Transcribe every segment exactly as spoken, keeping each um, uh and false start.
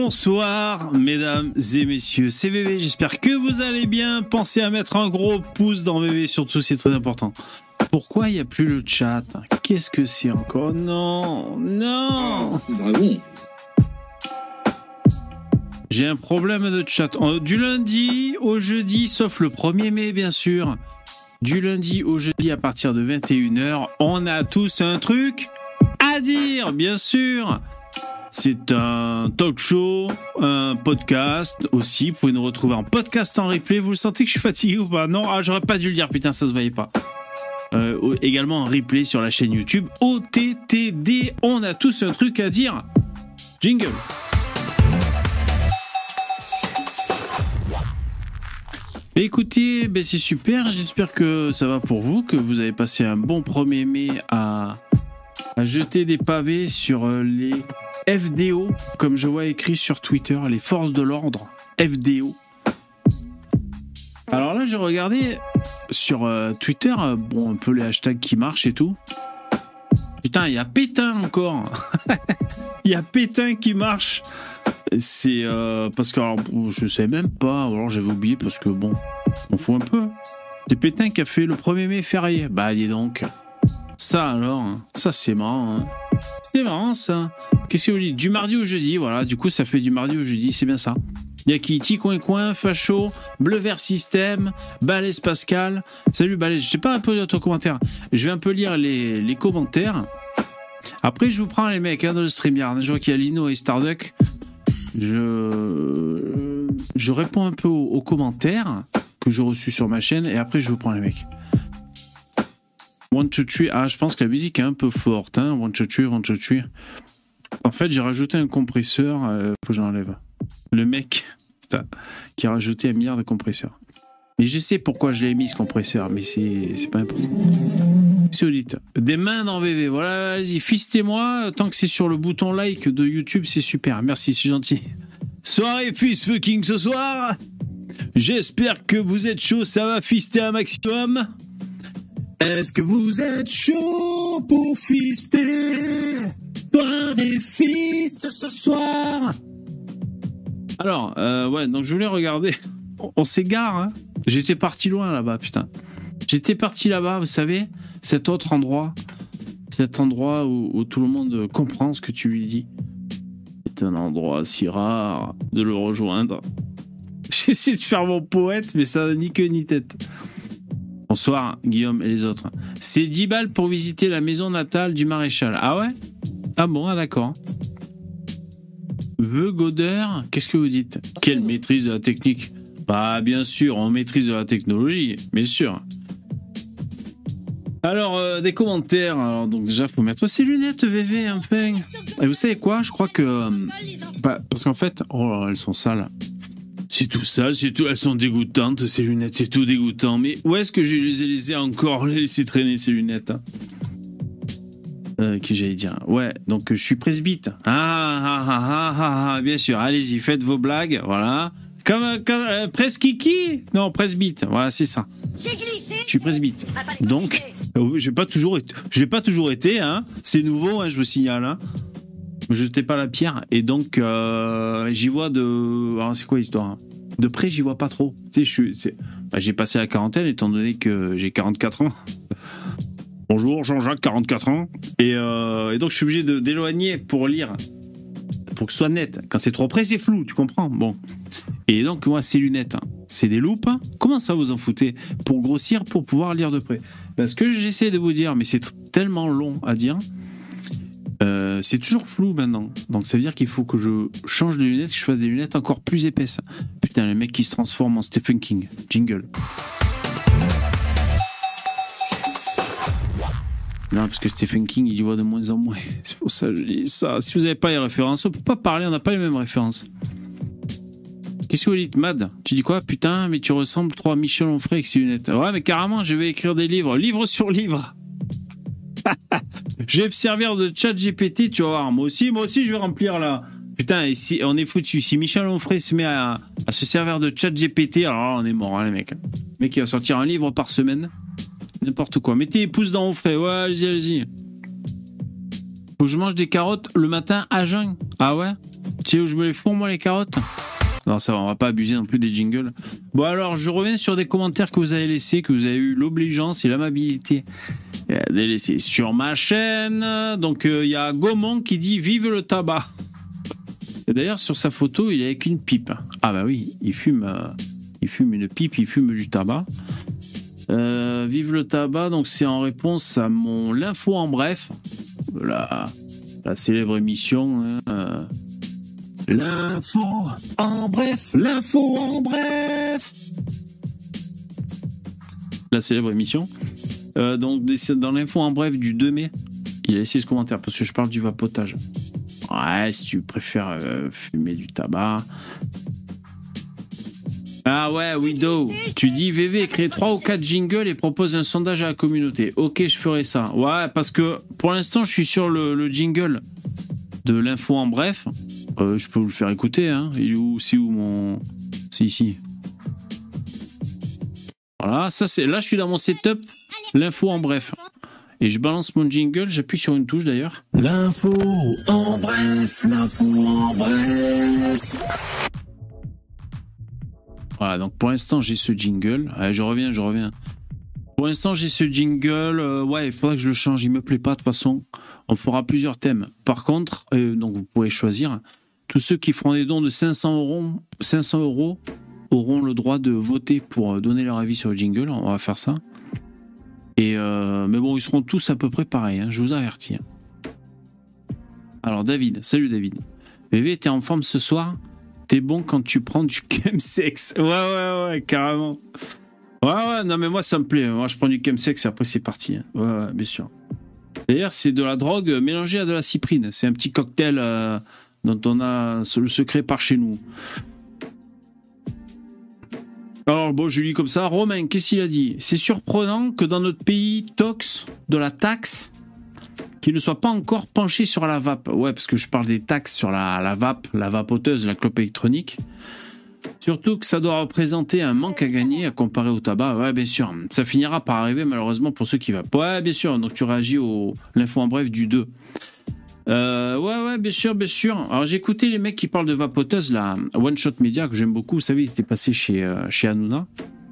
Bonsoir mesdames et messieurs, c'est V V, j'espère que vous allez bien. Pensez à mettre un gros pouce dans V V, surtout c'est très important. Pourquoi il n'y a plus le chat? Qu'est-ce que c'est encore? Non, non. Dragon. J'ai un problème de chat. Du lundi au jeudi, sauf le premier mai bien sûr. Du lundi au jeudi à partir de vingt et une heures, on a tous un truc à dire, bien sûr. C'est un talk show, un podcast aussi. Vous pouvez nous retrouver en podcast en replay. Vous le sentez que je suis fatigué ou pas? Non, ah, j'aurais pas dû le dire, putain, ça se voyait pas. Euh, également en replay sur la chaîne YouTube O T T D. On a tous un truc à dire. Jingle. Écoutez, ben c'est super. J'espère que ça va pour vous, que vous avez passé un bon premier mai à, à jeter des pavés sur les F D O, comme je vois écrit sur Twitter, les forces de l'ordre, F D O. Alors là, j'ai regardé sur euh, Twitter, euh, bon, un peu les hashtags qui marchent et tout. Putain, il y a Pétain encore. Il y a Pétain qui marche. C'est euh, parce que, alors, je sais même pas, alors j'avais oublié parce que, bon, on fout un peu. C'est Pétain qui a fait le premier mai férié. Bah, dis donc. Ça alors, hein. Ça c'est marrant. Hein. C'est marrant ça. Qu'est-ce que vous dites? Du mardi au jeudi, voilà. Du coup, ça fait du mardi au jeudi, c'est bien ça. Il y a qui? Ticoin Coin, Facho, Bleu Vert Système, Balèze Pascal. Salut Balèze, je sais pas un peu de ton commentaire. Je vais un peu lire les, les commentaires. Après, je vous prends les mecs hein, dans le StreamYard. Je vois qu'il y a Lino et Starduck. Je, je réponds un peu aux, aux commentaires que j'ai reçus sur ma chaîne et après, je vous prends les mecs. One to three. Ah, je pense que la musique est un peu forte. Hein. One to three, one to three. En fait, j'ai rajouté un compresseur. Euh, faut que j'enlève. Le mec putain, qui a rajouté un milliard de compresseurs. Mais je sais pourquoi je l'ai mis ce compresseur, mais c'est, c'est pas important. Solide. Des mains dans V V. Voilà, vas-y, fistez-moi. Tant que c'est sur le bouton like de YouTube, c'est super. Merci, c'est gentil. Soirée fist fucking ce soir. J'espère que vous êtes chaud. Ça va fister un maximum. Est-ce que vous êtes chaud pour fister? Soirée fist ce soir. Alors, euh, ouais, donc je voulais regarder. On, on s'égare, hein. J'étais parti loin là-bas, putain. J'étais parti là-bas, vous savez, cet autre endroit, cet endroit où, où tout le monde comprend ce que tu lui dis. C'est un endroit si rare de le rejoindre. J'essaie de faire mon poète, mais ça n'a ni queue ni tête. Bonsoir, Guillaume et les autres. C'est dix balles pour visiter la maison natale du maréchal. Ah ouais? Ah bon, ah d'accord. Vœux Godeur, qu'est-ce que vous dites? Quelle maîtrise de la technique? Bah bien sûr, on maîtrise de la technologie, bien sûr. Alors, euh, des commentaires. Alors, donc déjà, faut mettre ses lunettes V V, enfin. Et vous savez quoi? Je crois que... Euh, bah, parce qu'en fait... Oh là, elles sont sales. C'est tout sale, c'est tout... Elles sont dégoûtantes, ces lunettes, c'est tout dégoûtant. Mais où est-ce que je les ai laissées encore, les laisser traîner, ces lunettes hein Euh, que j'allais dire. Ouais, donc je suis presbyte. Ah, ah, ah, ah, ah, ah, bien sûr. Allez-y, faites vos blagues, voilà. Comme, comme euh, presquiki Non, presbyte, voilà, c'est ça. J'ai glissé. Je suis presbyte. Donc, euh, j'ai pas toujours été, j'ai pas toujours été, hein. C'est nouveau, hein, je vous signale, hein. Ne jetez pas la pierre. Et donc, euh, j'y vois de. Alors, c'est quoi l'histoire hein de près, j'y vois pas trop. Tu sais, je suis. C'est... Bah, j'ai passé la quarantaine étant donné que j'ai quarante-quatre ans. Bonjour, Jean-Jacques, quarante-quatre ans. Et, euh, et donc, je suis obligé de, d'éloigner pour lire. Pour que ce soit net. Quand c'est trop près, c'est flou, tu comprends? Bon. Et donc, moi, ces lunettes, hein, c'est des loupes. Hein. Comment ça, vous en foutez? Pour grossir, pour pouvoir lire de près. Parce que j'essaie de vous dire, mais c'est t- tellement long à dire. Euh, c'est toujours flou maintenant. Donc, ça veut dire qu'il faut que je change de lunettes, que je fasse des lunettes encore plus épaisses. Putain, le mec qui se transforme en Stephen King. Jingle. Non, parce que Stephen King, il y voit de moins en moins. C'est pour ça que je dis ça. Si vous n'avez pas les références, on peut pas parler, on n'a pas les mêmes références. Qu'est-ce que vous dites, Mad? Tu dis quoi? Putain, mais tu ressembles trop à Michel Onfray avec ses lunettes. Ouais, mais carrément, je vais écrire des livres. Livre sur livre. Je vais me servir de chat G P T, tu vas voir. Moi aussi, moi aussi, je vais remplir là. Putain, et si, on est foutu. Si Michel Onfray se met à, à se servir de chat G P T, alors là, on est mort, hein, les mecs. Le mec, il va sortir un livre par semaine. N'importe quoi. Mettez les pouces dans Onfray. Ouais, allez-y, allez-y. Faut que je mange des carottes le matin à jeun. Ah ouais? Tu sais où je me les fourre, moi, les carottes? Non, ça va, on va pas abuser non plus des jingles. Bon, alors, je reviens sur des commentaires que vous avez laissés, que vous avez eu l'obligeance et l'amabilité de laisser sur ma chaîne. Donc, il euh, y a Gaumont qui dit « Vive le tabac !» Et d'ailleurs, sur sa photo, il est avec une pipe. Ah bah oui, il fume, euh, il fume une pipe, il fume du tabac. Euh, vive le tabac, donc c'est en réponse à mon l'info en bref, la, la célèbre émission. Hein, euh, l'info en bref, l'info en bref. La célèbre émission. Euh, donc dans l'info en bref du deux mai, il a laissé ce commentaire parce que je parle du vapotage. Ouais, si tu préfères euh, fumer du tabac. Ah ouais, Widow, tu dis V V, crée trois ou quatre jingles et propose un sondage à la communauté. Ok, je ferai ça. Ouais, parce que pour l'instant, je suis sur le, le jingle de l'info en bref. Euh, je peux vous le faire écouter, hein. Il est où, c'est où mon... C'est ici. Voilà, ça c'est... Là, je suis dans mon setup, l'info en bref. Et je balance mon jingle, j'appuie sur une touche d'ailleurs. L'info en bref, l'info en bref. Voilà, donc pour l'instant j'ai ce jingle. Allez, je reviens, je reviens. Pour l'instant j'ai ce jingle. Euh, ouais, il faudra que je le change. Il me plaît pas de toute façon. On fera plusieurs thèmes. Par contre, euh, donc vous pourrez choisir. Tous ceux qui feront des dons de cinq cents euros, cinq cents euros auront le droit de voter pour donner leur avis sur le jingle. On va faire ça. Et euh, mais bon, ils seront tous à peu près pareils. Hein, je vous avertis. Alors David, salut David. V V, t'es en forme ce soir? T'es bon quand tu prends du chemsex. Ouais, ouais, ouais, carrément. Ouais, ouais, non, mais moi, ça me plaît. Moi, je prends du chemsex et après, c'est parti. Ouais, ouais, bien sûr. D'ailleurs, c'est de la drogue mélangée à de la cyprine. C'est un petit cocktail euh, dont on a le secret par chez nous. Alors, bon, je lis comme ça. Romain, qu'est-ce qu'il a dit? C'est surprenant que dans notre pays, tox de la taxe qui ne soit pas encore penché sur la vape. Ouais, parce que je parle des taxes sur la, la vape, la vapoteuse, la clope électronique. Surtout que ça doit représenter un manque à gagner à comparer au tabac. Ouais, bien sûr. Ça finira par arriver, malheureusement, pour ceux qui vapent. Ouais, bien sûr. Donc, tu réagis au l'info en bref du deux. Euh, ouais, ouais, bien sûr, bien sûr. Alors, j'ai écouté les mecs qui parlent de vapoteuse, là, One Shot Media, que j'aime beaucoup. Vous savez, ils étaient passés chez, euh, chez Hanouna.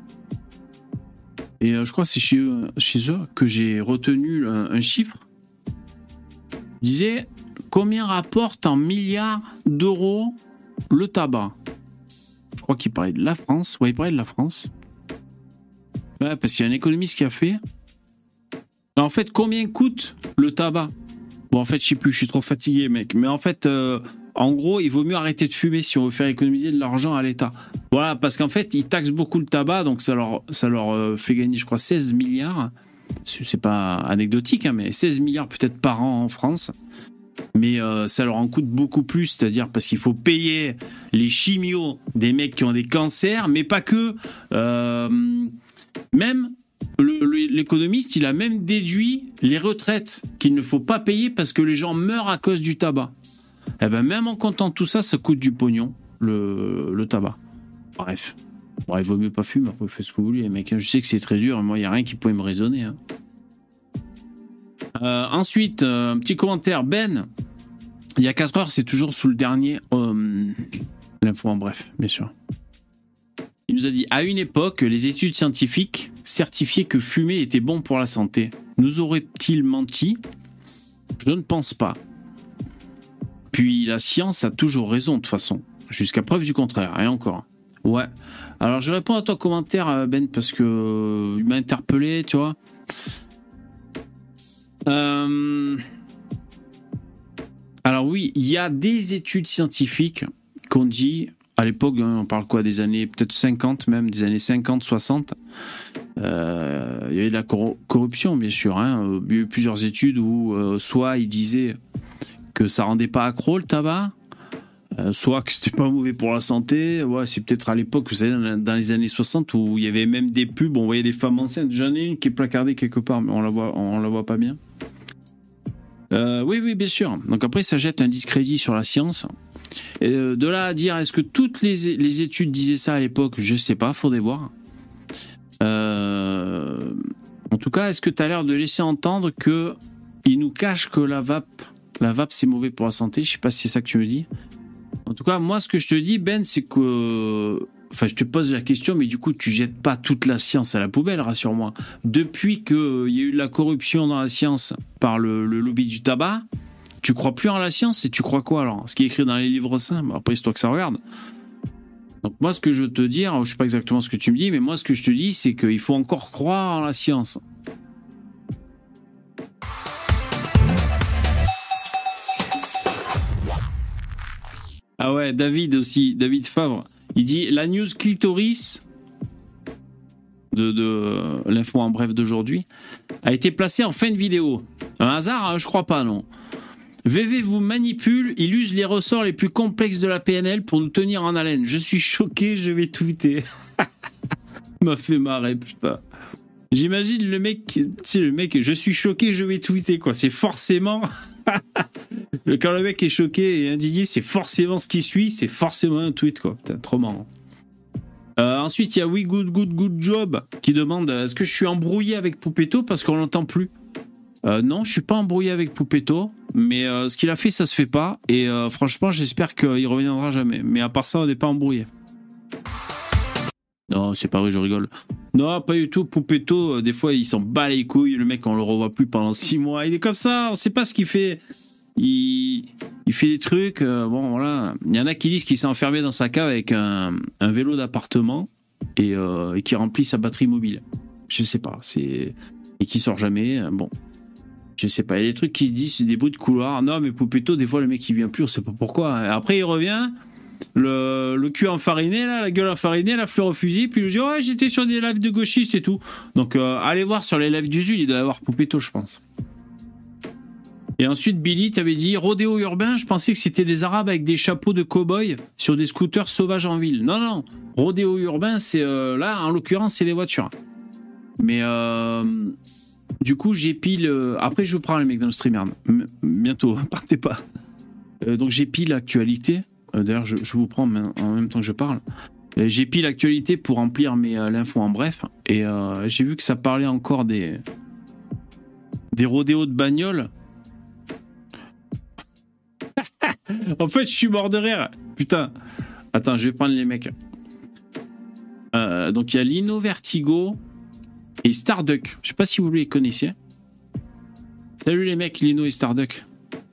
Et euh, je crois que c'est chez eux, chez eux que j'ai retenu un, un chiffre. Je disais, combien rapporte en milliards d'euros le tabac? Je crois qu'il parlait de la France. Ouais, il parlait de la France. Ouais, parce qu'il y a un économiste qui a fait. En fait, combien coûte le tabac? Bon, en fait, je sais plus, je suis trop fatigué, mec. Mais en fait, euh, en gros, il vaut mieux arrêter de fumer si on veut faire économiser de l'argent à l'État. Voilà, parce qu'en fait, ils taxent beaucoup le tabac, donc ça leur, ça leur euh, fait gagner, je crois, seize milliards. C'est pas anecdotique, hein, mais seize milliards peut-être par an en France. Mais euh, ça leur en coûte beaucoup plus, c'est-à-dire parce qu'il faut payer les chimios des mecs qui ont des cancers, mais pas que. Euh, même le, le, l'économiste, il a même déduit les retraites qu'il ne faut pas payer parce que les gens meurent à cause du tabac. Et ben même en comptant tout ça, ça coûte du pognon, le, le tabac. Bref. Bon, il vaut mieux pas fumer, après faites ce que vous voulez, mec. Je sais que c'est très dur, moi, il n'y a rien qui pourrait me raisonner. Hein. Euh, ensuite, euh, un petit commentaire. Ben, il y a quatre heures, c'est toujours sous le dernier. Euh, l'info en bref, bien sûr. Il nous a dit, à une époque, les études scientifiques certifiaient que fumer était bon pour la santé. Nous aurait-il menti? Je ne pense pas. Puis la science a toujours raison, de toute façon. Jusqu'à preuve du contraire, et encore. Ouais. Alors, je réponds à ton commentaire, Ben, parce que euh, il m'a interpellé, tu vois. Euh... Alors oui, il y a des études scientifiques qu'on dit, à l'époque, hein, on parle quoi, des années peut-être cinquante même, des années cinquante, soixante. Euh, il y avait de la cor- corruption, bien sûr. Hein. Il y a eu plusieurs études où euh, soit ils disaient que ça rendait pas accro le tabac, Euh, soit que c'était pas mauvais pour la santé. Ouais, c'est peut-être à l'époque, vous savez, dans les années soixante, où il y avait même des pubs, on voyait des femmes enceintes. J'en ai une qui est placardée quelque part, mais on la voit, on la voit pas bien. Euh, oui, oui, bien sûr. Donc après, ça jette un discrédit sur la science. Et de là à dire, est-ce que toutes les, les études disaient ça à l'époque? Je sais pas, faudrait voir. Euh, en tout cas, est-ce que tu as l'air de laisser entendre que il nous cache que la vape, la vape, c'est mauvais pour la santé? Je sais pas si c'est ça que tu me dis. En tout cas, moi, ce que je te dis, Ben, c'est que... Enfin, je te pose la question, mais du coup, tu jettes pas toute la science à la poubelle, rassure-moi. Depuis qu'il euh, y a eu de la corruption dans la science par le, le lobby du tabac, tu crois plus en la science et tu crois quoi, alors? Ce qui est écrit dans les livres saints, bon, après, c'est toi que ça regarde. Donc moi, ce que je veux te dire, je sais pas exactement ce que tu me dis, mais moi, ce que je te dis, c'est qu'il faut encore croire en la science. Ah ouais, David aussi, David Favre. Il dit la news clitoris de, de l'info en bref d'aujourd'hui a été placée en fin de vidéo. Un hasard, hein, je crois pas, non. V V vous manipule, il use les ressorts les plus complexes de la P N L pour nous tenir en haleine. Je suis choqué, je vais tweeter. M'a fait marrer, putain. J'imagine le mec, tu sais, le mec, je suis choqué, je vais tweeter, quoi. C'est forcément. Quand le mec est choqué et indigné, c'est forcément ce qui suit, c'est forcément un tweet, quoi. Putain, trop marrant. Euh, ensuite, il y a We Good Good Good Job qui demande est-ce que je suis embrouillé avec Poupetto parce qu'on l'entend plus. Euh, non, je suis pas embrouillé avec Poupetto, mais euh, ce qu'il a fait, ça se fait pas. Et euh, franchement, j'espère qu'il reviendra jamais. Mais à part ça, on n'est pas embrouillé. Non, c'est pas vrai, je rigole. Non, pas du tout. Poupetto, euh, des fois, il s'en bat les couilles. Le mec, on le revoit plus pendant six mois. Il est comme ça, on sait pas ce qu'il fait. Il, il fait des trucs. Euh, bon, voilà. Il y en a qui disent qu'il s'est enfermé dans sa cave avec un, un vélo d'appartement et, euh, et qui remplit sa batterie mobile. Je sais pas. C'est... Et qui sort jamais. Bon. Je sais pas. Il y a des trucs qui se disent, c'est des bruits de couloir. Non, mais Poupetto, des fois, le mec, il vient plus, on sait pas pourquoi. Après, il revient. Le, le cul enfariné, là, la gueule enfarinée, la fleur au fusil, puis il dit ouais, j'étais sur des lives de gauchistes et tout. Donc euh, allez voir sur les lives d'Usul, il doit y avoir Poupetto, je pense. Et ensuite, Billy, t'avais dit rodéo urbain, je pensais que c'était des Arabes avec des chapeaux de cow-boy sur des scooters sauvages en ville. Non, non, rodéo urbain, c'est euh, là, en l'occurrence, c'est des voitures. Mais euh, du coup, j'épile. Euh, après, je vous prends les mecs dans le stream, merde. M- bientôt, partez pas. Euh, donc, j'épile l'actualité. D'ailleurs, je, je vous prends en même temps que je parle. J'ai pris l'actualité pour remplir mes euh, l'info en bref. Et euh, j'ai vu que ça parlait encore des des rodéos de bagnoles. En fait, je suis mort de rire. Putain. Attends, je vais prendre les mecs. Euh, donc, il y a Lino Vertigo et Starduck. Je sais pas si vous les connaissiez. Salut les mecs, Lino et Starduck.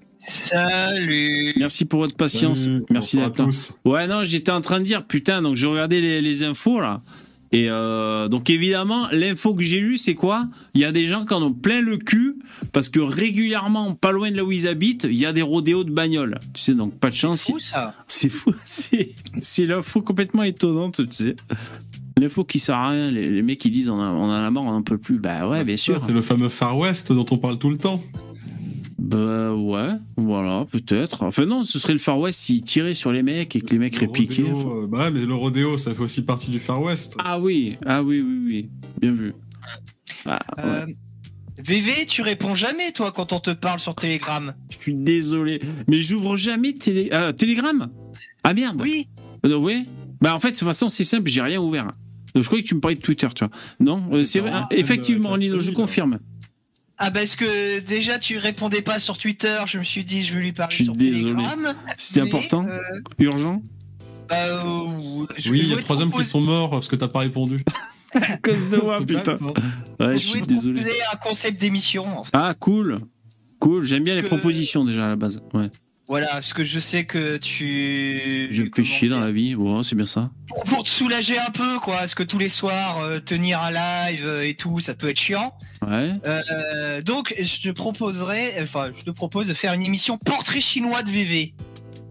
Salut. Merci pour votre patience. Salut. Merci d'être là. Tous. Ouais, non, j'étais en train de dire, putain, donc je regardais les, les infos là. Et euh, donc évidemment, l'info que j'ai lue, c'est quoi? Il y a des gens qui en ont plein le cul parce que régulièrement, pas loin de là où ils habitent, il y a des rodéos de bagnoles. Tu sais, donc pas de chance. C'est fou ça. C'est fou. C'est, c'est l'info complètement étonnante, tu sais. L'info qui sert à rien. Les, les mecs qui disent on, a, on en a marre, on en peut plus. Bah ouais, Ah, bien c'est sûr. ça, c'est le fameux Far West dont on parle tout le temps. Bah ouais, voilà, peut-être. Enfin non, ce serait le Far West s'il tirait sur les mecs et que les mecs Le répliquaient. rodéo, euh, bah mais le rodéo, ça fait aussi partie du Far West. Ah oui, ah oui, oui, oui, bien vu. Ah, ouais. Euh, V V, tu réponds jamais toi quand on te parle sur Telegram. Je suis désolé, mais j'ouvre jamais télé... euh, Telegram. Ah merde. Oui. Euh, oui. Bah en fait, de toute façon, c'est simple, j'ai rien ouvert. Donc je croyais que tu me parlais de Twitter, tu vois. Non, euh, c'est vrai. Ah, Effectivement, de- Lino, je de- confirme. Ah parce que déjà tu répondais pas sur Twitter, je me suis dit je vais lui parler Je suis sur désolé. Telegram. C'était mais, important, euh, urgent. bah, euh, je- Oui, je il y a voulais trois te hommes qui proposer- sont morts parce que t'as pas répondu. À cause de moi, C'est putain. bête, hein. Ouais, je Je suis voulais te désolé. proposer un concept d'émission. En fait. Ah cool, cool. J'aime bien Parce les que- propositions déjà à la base. Ouais. Voilà, parce que je sais que tu. Je me fais comment chier dans dire, la vie. Bon, c'est bien ça. Pour, pour te soulager un peu, quoi. Parce que tous les soirs, euh, tenir un live euh, et tout, ça peut être chiant. Ouais. Euh, donc, je te proposerais, enfin, je te propose de faire une émission portrait chinois de V V. Est-ce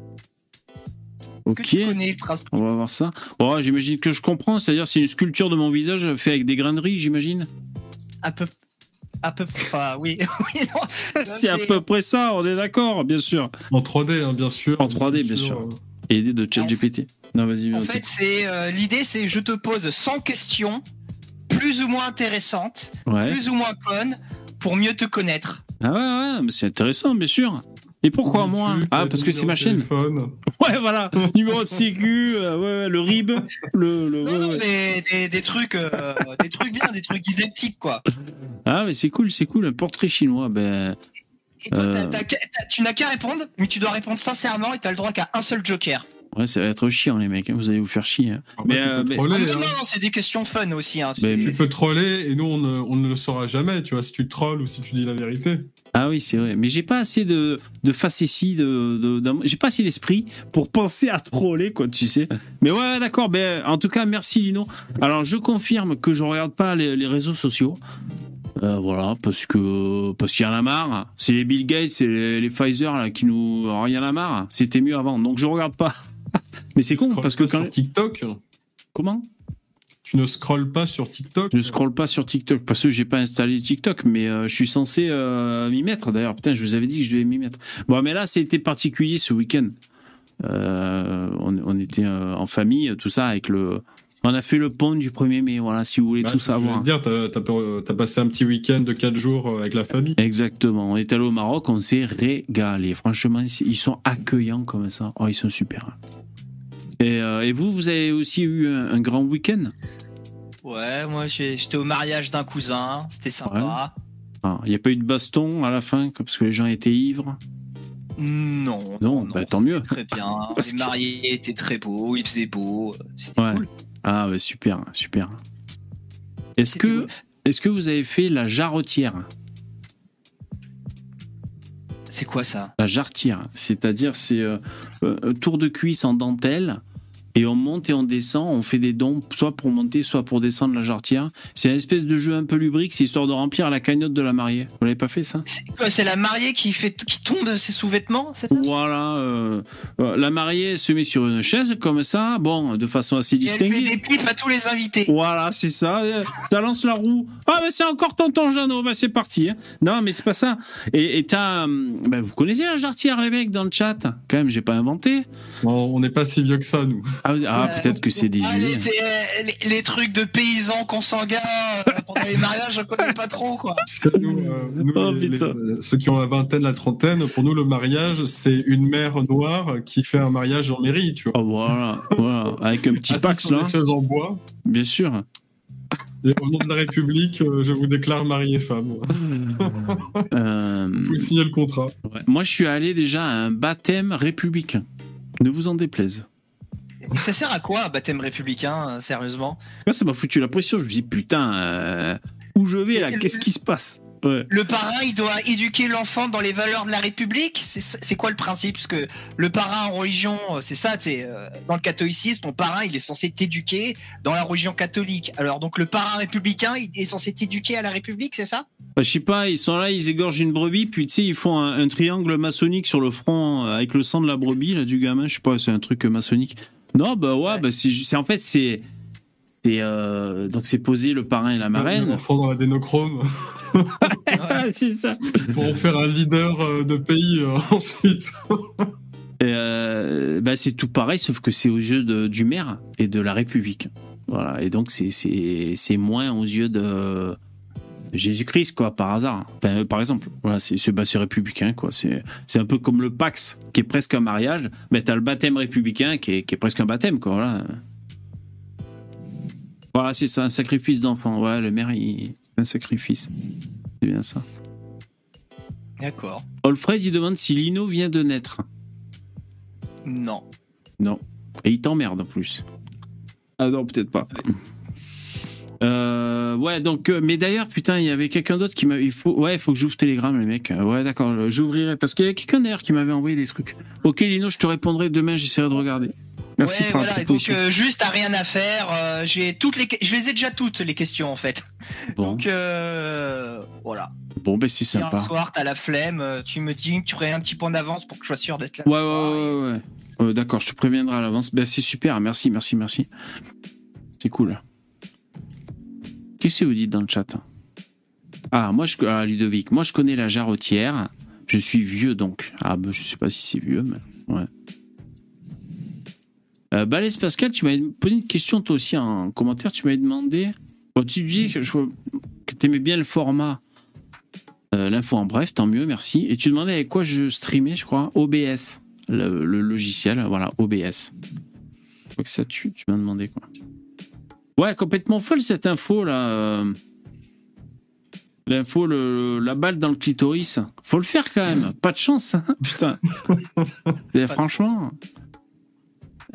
Ok. que tu connais le principe? On va voir ça. Bon, j'imagine que je comprends. C'est-à-dire, c'est une sculpture de mon visage fait avec des grains de riz, j'imagine. À peu, à peu, enfin, oui, oui, non. C'est à peu près ça. On est d'accord, bien sûr. En trois D, hein, bien sûr. En trois D, bien sûr. Et aidé de ChatGPT. Non, vas-y. En vas-y. fait, c'est euh, l'idée, c'est je te pose cent questions, plus ou moins intéressantes, Ouais. plus ou moins connes, pour mieux te connaître. Ah ouais, ouais, mais c'est intéressant, bien sûr. Et pourquoi moi? Ah, parce que c'est ma chaîne. Téléphone. Ouais, voilà. Numéro de sécu, euh, ouais, ouais, le R I B, le, le Non, ouais, non, ouais. mais des, des trucs, euh, des trucs bien, des trucs didactiques, quoi. Ah, mais c'est cool, c'est cool. Un portrait chinois, ben. Et toi, Euh. t'as- t'as qu'à- t'as- tu n'as qu'à répondre, mais tu dois répondre sincèrement et t'as le droit qu'à un seul joker. Ouais, ça va être chiant, les mecs. Hein. Vous allez vous faire chier. Hein. Ah bah, mais, tu euh, peux mais- troller, Ah, mais hein. non, non, c'est des questions fun aussi. Hein. Mais- Tu peux troller et nous on ne, on ne le saura jamais, tu vois, si tu trolls ou si tu dis la vérité. Ah oui, c'est vrai. Mais j'ai pas assez de, de facétie, de, de, d'am- j'ai pas assez d'esprit pour penser à troller, quoi, tu sais. Mais ouais, ouais, d'accord. Ben, en tout cas, merci Lino. Alors, je confirme que je regarde pas les, les réseaux sociaux. Euh, voilà, parce que parce qu'il y en a marre. C'est les Bill Gates, c'est les, les Pfizer là qui nous. Alors, il y en a marre. C'était mieux avant, donc je regarde pas. Mais c'est Tu con scrolles parce que pas quand. sur TikTok, Comment? tu ne scrolles pas sur TikTok. Je scrolle pas sur TikTok parce que j'ai pas installé TikTok, mais euh, je suis censé euh, m'y mettre. D'ailleurs, putain, je vous avais dit que je devais m'y mettre. Bon, mais là, c'était particulier ce week-end. Euh, on, on était euh, en famille, tout ça, avec le. On a fait le pont du premier mai. Voilà, si vous voulez Bah, tout c'est ce que je savoir. voulais te dire, t'as, t'as, t'as passé un petit week-end de quatre jours avec la famille. Exactement. On est allé au Maroc, on s'est régalé. Franchement, ils sont accueillants comme ça. Oh, ils sont super. Et, euh, et vous, vous avez aussi eu un, un grand week-end? Ouais, moi j'ai- j'étais au mariage d'un cousin, c'était sympa. Ah, il n'y a pas eu de baston à la fin, parce que les gens étaient ivres? Non, Non, bah, tant mieux. Très bien. Parce Les que- mariés étaient très beaux, il faisait beau, c'était Ouais. cool. Ah, bah, super, super. Est-ce C'était que, cool. est-ce que vous avez fait la jarretière? C'est quoi ça? La jarretière, c'est-à-dire c'est euh, euh, un tour de cuisse en dentelle et on monte et on descend, on fait des dons soit pour monter, soit pour descendre la jarretière. C'est une espèce de jeu un peu lubrique, c'est histoire de remplir la cagnotte de la mariée. Vous l'avez pas fait ça? C'est quoi? C'est la mariée qui fait qui tombe ses sous-vêtements, c'est ça? Voilà, euh, euh, la mariée se met sur une chaise comme ça, bon, de façon assez Et elle fait distinguée. des pipes à tous les invités. Voilà, c'est ça. euh, Ça lance la roue. Ah, bah c'est encore tonton Jeannot. Bah c'est parti. hein. Non, mais c'est pas ça. Et et t'as. hum, Bah, vous connaissez la jarretière, les mecs, dans le chat? Quand même, j'ai pas inventé. On on n'est pas si vieux que ça, nous. Ah, vous- ah, Euh, peut-être que c'est des Ah, vieux. les, les- les trucs de paysans consanguins euh, pendant les mariages, je connais pas trop quoi. Tu sais, nous, euh, nous, Oh, les- putain. les- ceux qui ont la vingtaine, la trentaine, pour nous, le mariage, c'est une mère noire qui fait un mariage en mairie, tu vois. Oh, voilà, voilà. Avec un petit Assis pax, sur là. des chaises en bois. Bien sûr. Et au nom de la République, euh, je vous déclare mari et femme. Euh, Vous signez le contrat. ouais. Moi, je suis allé déjà à un baptême républicain. Ne vous en déplaise. Et ça sert à quoi un baptême républicain, euh, sérieusement? Moi, ça m'a foutu la pression. Je me suis dit, putain, euh, où je vais là? Qu'est-ce qui se passe? Ouais. Le parrain, il doit éduquer l'enfant dans les valeurs de la République. C'est c'est quoi le principe? Parce que le parrain en religion, c'est ça, tu sais, euh, dans le catholicisme, ton parrain, il est censé t'éduquer dans la religion catholique. Alors donc le parrain républicain, il est censé t'éduquer à la République, c'est ça? Bah, je sais pas, ils sont là, ils égorgent une brebis, puis tu sais, ils font un, un triangle maçonnique sur le front euh, avec le sang de la brebis, là, du gamin, je sais pas, c'est un truc euh, maçonnique. Non, bah ouais, Ouais. bah c'est ju- c'est en fait, c'est. c'est, euh, donc c'est posé le parrain et la marraine. L'enfant dans la dénochrome Ah, c'est ça. pour en faire un leader euh, de pays euh, ensuite. Et, euh, bah, c'est tout pareil, sauf que c'est aux yeux de- du maire et de la République. Voilà, et donc c'est- c'est c'est moins aux yeux de. Jésus-Christ, quoi, par hasard. Enfin, euh, par exemple, voilà, c'est c'est- bah, c'est républicain, quoi. C'est c'est un peu comme le Pax, qui est presque un mariage, mais t'as le baptême républicain qui est, qui est presque un baptême, quoi. Voilà, voilà c'est ça, un sacrifice d'enfant. Ouais, le maire, il fait un sacrifice. C'est bien ça. D'accord. Alfred, il demande si Lino vient de naître. Non. Non. Et il t'emmerde en plus. Ah non, peut-être pas. Euh, ouais, donc, euh, mais d'ailleurs, putain, il y avait quelqu'un d'autre qui m'a. Il faut, ouais, il faut que j'ouvre Telegram, les mecs. Euh, Ouais, d'accord, euh, j'ouvrirai. Parce qu'il y a quelqu'un d'ailleurs qui m'avait envoyé des trucs. Ok, Lino, je te répondrai demain, j'essaierai de regarder. Merci ouais, pour la voilà. Et donc proposition. euh, juste à rien à faire. euh, j'ai toutes les, que- je les ai déjà toutes les questions en fait. Bon, Donc euh, voilà. bon, ben c'est Si un sympa. soir t'as la flemme, euh, tu me dis que tu aurais un petit point d'avance pour que je sois sûr d'être là. Ouais, ouais, ouais, ouais. ouais. Euh, d'accord, je te préviendrai à l'avance. Ben c'est super, merci, merci, merci. C'est cool. Qu'est-ce que vous dites dans le chat? Ah, moi, je, ah, Ludovic, moi je connais la jarretière. Je suis vieux donc. Ah, ben je sais pas si c'est vieux, mais ouais. Euh, Balès Pascal, tu m'avais posé une question toi aussi en commentaire. Tu m'avais demandé. Bon, tu disais que, je... que tu aimais bien le format. Euh, L'info en bref, tant mieux, merci. Et tu demandais avec quoi je streamais, je crois. O B S, le, le logiciel, voilà, O B S. Je crois que ça tue, tu m'as demandé quoi. Ouais, complètement folle cette info là. Euh, L'info, le, la balle dans le clitoris. Faut le faire quand même. Pas de chance, hein, putain. Et franchement.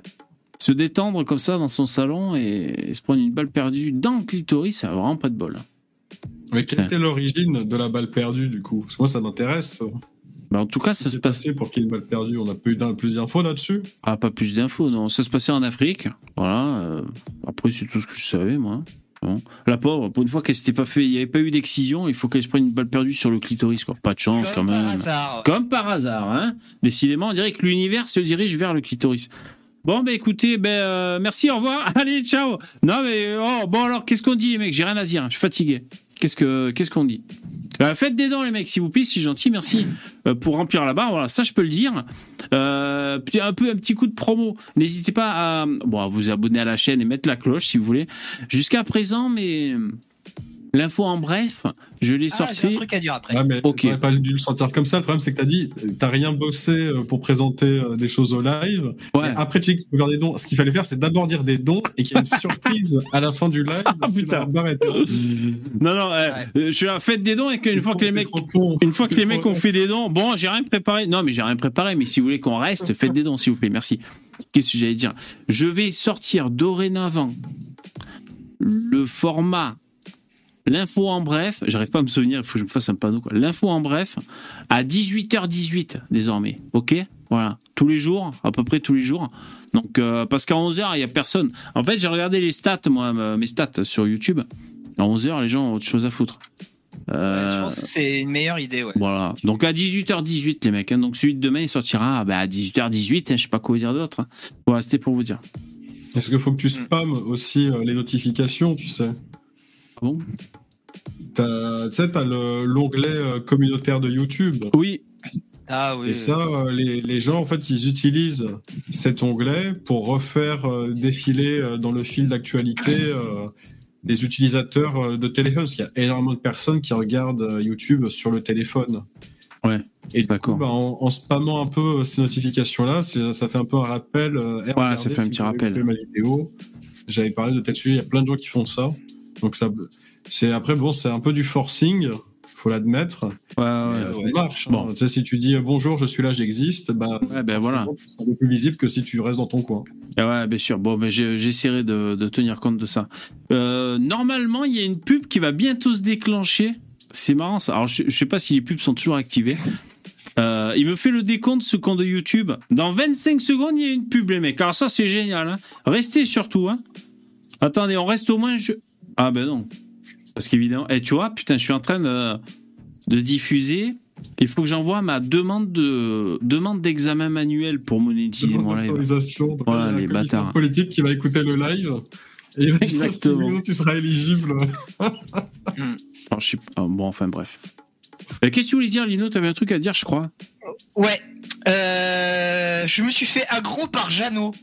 détendre comme ça dans son salon et, et se prendre une balle perdue dans le clitoris, ça a vraiment pas de bol. Mais quelle était l'origine de la balle perdue, du coup? Parce que moi, ça m'intéresse. Bah en tout cas, ça se passe. passé pour qu'il y ait une balle perdue. On a pas eu plus d'infos là-dessus? Ah, pas plus d'infos, non. Ça se passait en Afrique. Voilà. Euh, après, c'est tout ce que je savais, moi. Bon. La pauvre, pour une fois qu'elle s'était pas fait, il n'y avait pas eu d'excision, il faut qu'elle se prenne une balle perdue sur le clitoris, quoi. Pas de chance, Comme quand même. par hasard. Comme par hasard, hein. Décidément, on dirait que l'univers se dirige vers le clitoris. Bon, bah écoutez, ben, euh, merci, au revoir. Allez, ciao. Non, mais, oh, bon, alors, qu'est-ce qu'on dit, les mecs? J'ai rien à dire, je suis fatigué. Qu'est-ce que, qu'est-ce qu'on dit? Euh, faites des dons, les mecs, s'il vous plaît, c'est gentil, merci. Euh, pour remplir la barre, voilà, ça, je peux le dire. Euh, puis un peu, un petit coup de promo. N'hésitez pas à, bon, à vous abonner à la chaîne et mettre la cloche, si vous voulez. Jusqu'à présent, mais l'info en bref, je l'ai Ah, sorti. j'ai un truc à dire après. Ah, mais Ok. t'aurais pas dû le sortir comme ça. Le problème, c'est que t'as dit, t'as rien bossé pour présenter des choses au live. Ouais. Et après, tu dis que tu peux faire des dons. Ce qu'il fallait faire, c'est d'abord dire des dons et qu'il y a une surprise à la fin du live. Ah, putain. La barre était- Non, non, euh, Ouais. je suis à fête des dons et qu'une fois que les mecs, T'es trop con. une fois que T'es les mecs trop ont fait des dons, bon, j'ai rien préparé. Non, mais j'ai rien préparé, mais si vous voulez qu'on reste, faites des dons, s'il vous plaît, merci. Qu'est-ce que j'allais dire? Je vais sortir dorénavant le format, l'info en bref, j'arrive pas à me souvenir, il faut que je me fasse un panneau, quoi. L'info en bref, à dix-huit heures dix-huit, désormais, ok? Voilà, tous les jours, à peu près tous les jours. Donc, euh, parce qu'à onze heures, il y a personne. En fait, j'ai regardé les stats, moi, mes stats sur YouTube. À onze heures, les gens ont autre chose à foutre. Euh, Je pense que c'est une meilleure idée, ouais. voilà. Donc à dix-huit heures dix-huit, les mecs. Hein. Donc celui de demain, il sortira bah, à dix-huit heures dix-huit. Hein, je sais pas quoi vous dire d'autre. Hein. Voilà, c'était pour vous dire. Est-ce qu'il faut que tu spammes aussi euh, les notifications, tu sais? Ah bon? T'as- Tu sais, t'as le- l'onglet euh, communautaire de YouTube. Oui. Ah oui. Et ça, euh, les, les gens, en fait, ils utilisent cet onglet pour refaire euh, défiler euh, dans le fil d'actualité euh, des utilisateurs euh, de téléphone. Parce qu'il y a énormément de personnes qui regardent euh, YouTube sur le téléphone. Ouais. Et du D'accord. coup, bah, en, en spammant un peu euh, ces notifications-là, c'est- ça fait un peu un rappel. Euh, hey, regardez, ça fait un si petit vous avez rappel. écouté ma vidéo. J'avais parlé de tel sujet, il y a plein de gens qui font ça. Donc ça, c'est après bon, c'est un peu du forcing, faut l'admettre. Ouais, ouais. Euh, ça ouais. marche. Bon. Hein. Tu sais, si tu dis euh, bonjour, je suis là, j'existe, bah, Ouais, ben voilà. forcément, tu seras un peu plus visible que si tu restes dans ton coin. Ah ouais, bien sûr. Bon, ben, j'ai- j'essaierai de, de tenir compte de ça. Euh, normalement, il y a une pub qui va bientôt se déclencher. C'est marrant ça. Alors, je, je sais pas si les pubs sont toujours activées. Euh, il me fait le décompte ce compte de YouTube. Dans vingt-cinq secondes, il y a une pub, les mecs. Alors ça, c'est génial. Hein. Restez surtout. Hein. Attendez, on reste au moins... Je... Ah ben non. Parce qu'évidemment... Et tu vois, putain, je suis en train de, de diffuser. Il faut que j'envoie ma demande de demande d'examen manuel pour monétiser mon live. Autorisation. Donc, Voilà, il y a un les commissaire bâtards. politique qui va écouter le live. Et il va dire si Exactement. oui ou non tu seras éligible. Alors, je sais pas- ah, bon, enfin, bref. Euh, Qu'est-ce que tu voulais dire, Lino? T'avais un truc à dire, je crois. Ouais. Euh, je me suis fait aggro par Jeannot.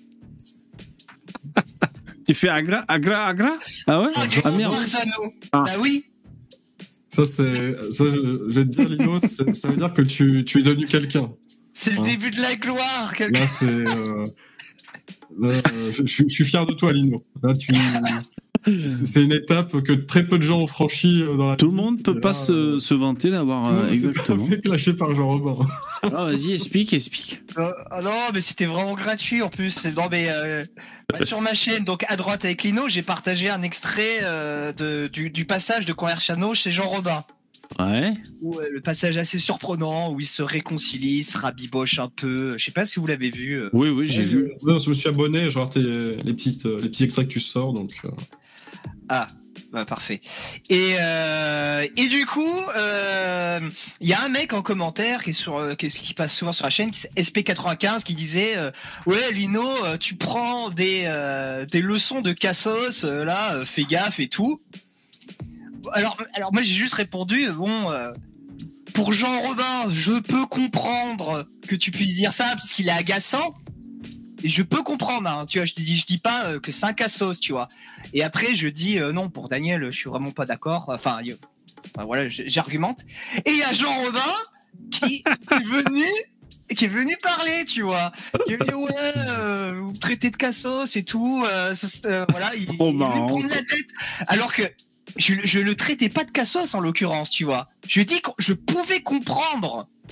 Tu fais agra, agra, agra? Ah ouais? Aggro Ah merde. par Jeannot. Ah. Bah oui. Ça, c'est, ça, je je vais te dire, Lino, c'est- ça veut dire que tu, tu es devenu quelqu'un. C'est le Hein. début de la gloire. Quelque... Là, c'est. Euh, euh, je, je- je suis fier de toi, Lino. Là, tu. C'est c'est une étape que très peu de gens ont franchie euh, dans la. Tout le monde peut Là, pas se, euh, se vanter d'avoir... tout le euh, monde s'est exactement. fait clasher par Jean Robin. Alors, vas-y, explique, explique. Euh, ah non, mais c'était vraiment gratuit en plus. C'est- Non, mais euh, bah, sur ma chaîne, donc à droite avec Lino, j'ai partagé un extrait euh, de, du, du passage de Conrad Chano chez Jean Robin. Ouais. Où, euh, le passage assez surprenant où il se réconcilie, se rabiboche un peu. Je sais pas si vous l'avez vu. euh. Oui, oui, j'ai vu. Ouais, je me suis abonné, je regarde tes- les, petites, euh, les petits extraits que tu sors, donc. euh, Ah, bah parfait. Et euh, et du coup, euh, il y a un mec en commentaire qui est sur, euh, qui, qui passe souvent sur la chaîne, qui c'est S P quatre-vingt-quinze, qui disait euh, ouais Lino, euh, tu prends des euh, des leçons de Cassos, euh, là, euh, fais gaffe et tout. Alors alors moi j'ai juste répondu euh, bon. Euh, pour Jean Robin, je peux comprendre que tu puisses dire ça parce qu'il est agaçant. Et je peux comprendre, hein, tu vois, je dis, je dis pas euh, que c'est un cassos, tu vois. Et après, je dis euh, non, pour Daniel, je suis vraiment pas d'accord. Enfin, il- enfin, voilà, j- j'argumente. Et il y a Jean Robin qui est venu, qui est venu parler, tu vois. Qui est venu, ouais, euh, vous me traitez de cassos et tout. Euh, ça, c'est, euh, voilà, il, Trop il est venu marrant. me prendre la tête. Alors que je, je le traitais pas de cassos en l'occurrence, tu vois. Je lui ai dit que je pouvais comprendre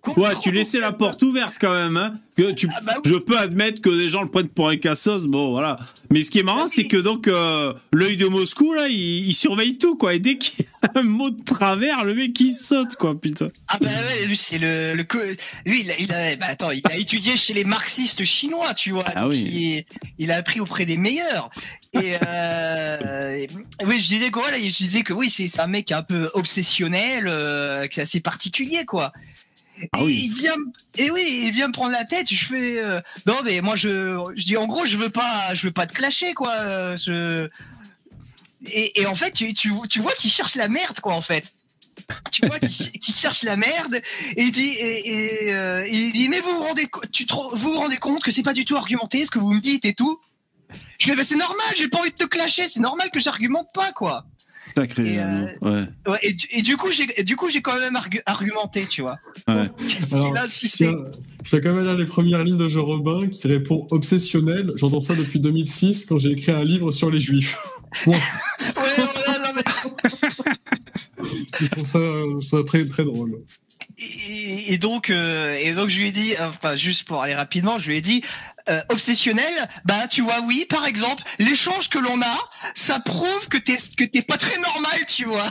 Ouais, tu laissais la porte ouverte quand même, hein. Que tu, Ah bah oui. Je peux admettre que des gens le prennent pour un cassos, bon voilà. Mais ce qui est marrant, Ah oui. c'est que donc euh, l'œil de Moscou là, il, il surveille tout quoi. Et dès qu'il y a un mot de travers, le mec il saute quoi, putain. Ah bah ouais, lui c'est le, le co- lui il a, il a bah attends, il a étudié chez les marxistes chinois, tu vois. Ah donc oui. Il, est- il a appris auprès des meilleurs. Et euh, et- oui, je disais que voilà, je disais que oui, c'est c'est un mec un peu obsessionnel, euh, que c'est assez particulier quoi. Ah et oui. il vient, et oui, il vient me prendre la tête. Je fais, euh, non mais moi je, je dis en gros, je veux pas, je veux pas te clasher quoi. euh, Je, et, et en fait, tu, tu, tu vois qu'il cherche la merde quoi en fait. Tu vois qu'il qu'il cherche la merde et il dit, et, et, euh, il dit mais vous vous rendez, co- tu te, vous vous rendez compte que c'est pas du tout argumenté ce que vous me dites et tout. Je fais bah c'est normal, j'ai pas envie de te clasher, c'est normal que j'argumente pas quoi. Sacré Et, Jeannot, ouais. Ouais, et, du- et du coup j'ai, et du coup j'ai quand même argu- argumenté, tu vois. Ouais. Qu'est-ce Alors, qu'il a insisté. Tiens, je vais quand même lire les premières lignes de Jean Robin qui répond obsessionnel. J'entends ça depuis deux mille six quand j'ai écrit un livre sur les juifs. Point. Ouais, voilà, non, mais- Je trouve ça, je trouve ça très très drôle. Et, et donc, euh, et donc je lui ai dit, enfin juste pour aller rapidement, je lui ai dit, euh, obsessionnel, bah tu vois oui, par exemple, l'échange que l'on a, ça prouve que t'es que t'es pas très normal, tu vois.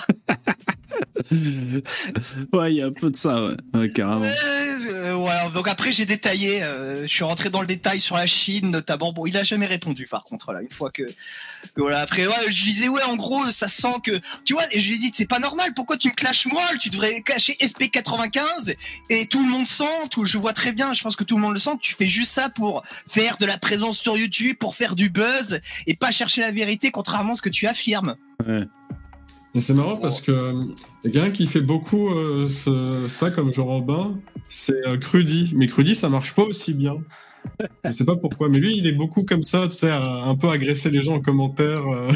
Ouais, il y a un peu de ça, ouais, ouais carrément. Euh, euh, voilà. Donc après j'ai détaillé, euh, je suis rentré dans le détail sur la Chine notamment. Bon, il a jamais répondu par contre là. Une fois que, que voilà. Après ouais, je disais ouais, en gros ça sent que tu vois. Et je lui ai dit c'est pas normal. Pourquoi tu me clashes moi? Tu devrais cacher S P quatre-vingt-quinze et tout le monde sent. Tout, je vois très bien. Je pense que tout le monde le sent. Que tu fais juste ça pour faire de la présence sur YouTube, pour faire du buzz et pas chercher la vérité, contrairement à ce que tu affirmes. Ouais. Et c'est marrant parce que euh, il y a quelqu'un qui fait beaucoup euh, ce- ça comme Jean Robin, c'est euh, Crudy. Mais Crudy, ça marche pas aussi bien. Je sais pas pourquoi, mais lui, il est beaucoup comme ça, tu sais, à un peu agresser les gens en commentaire, euh,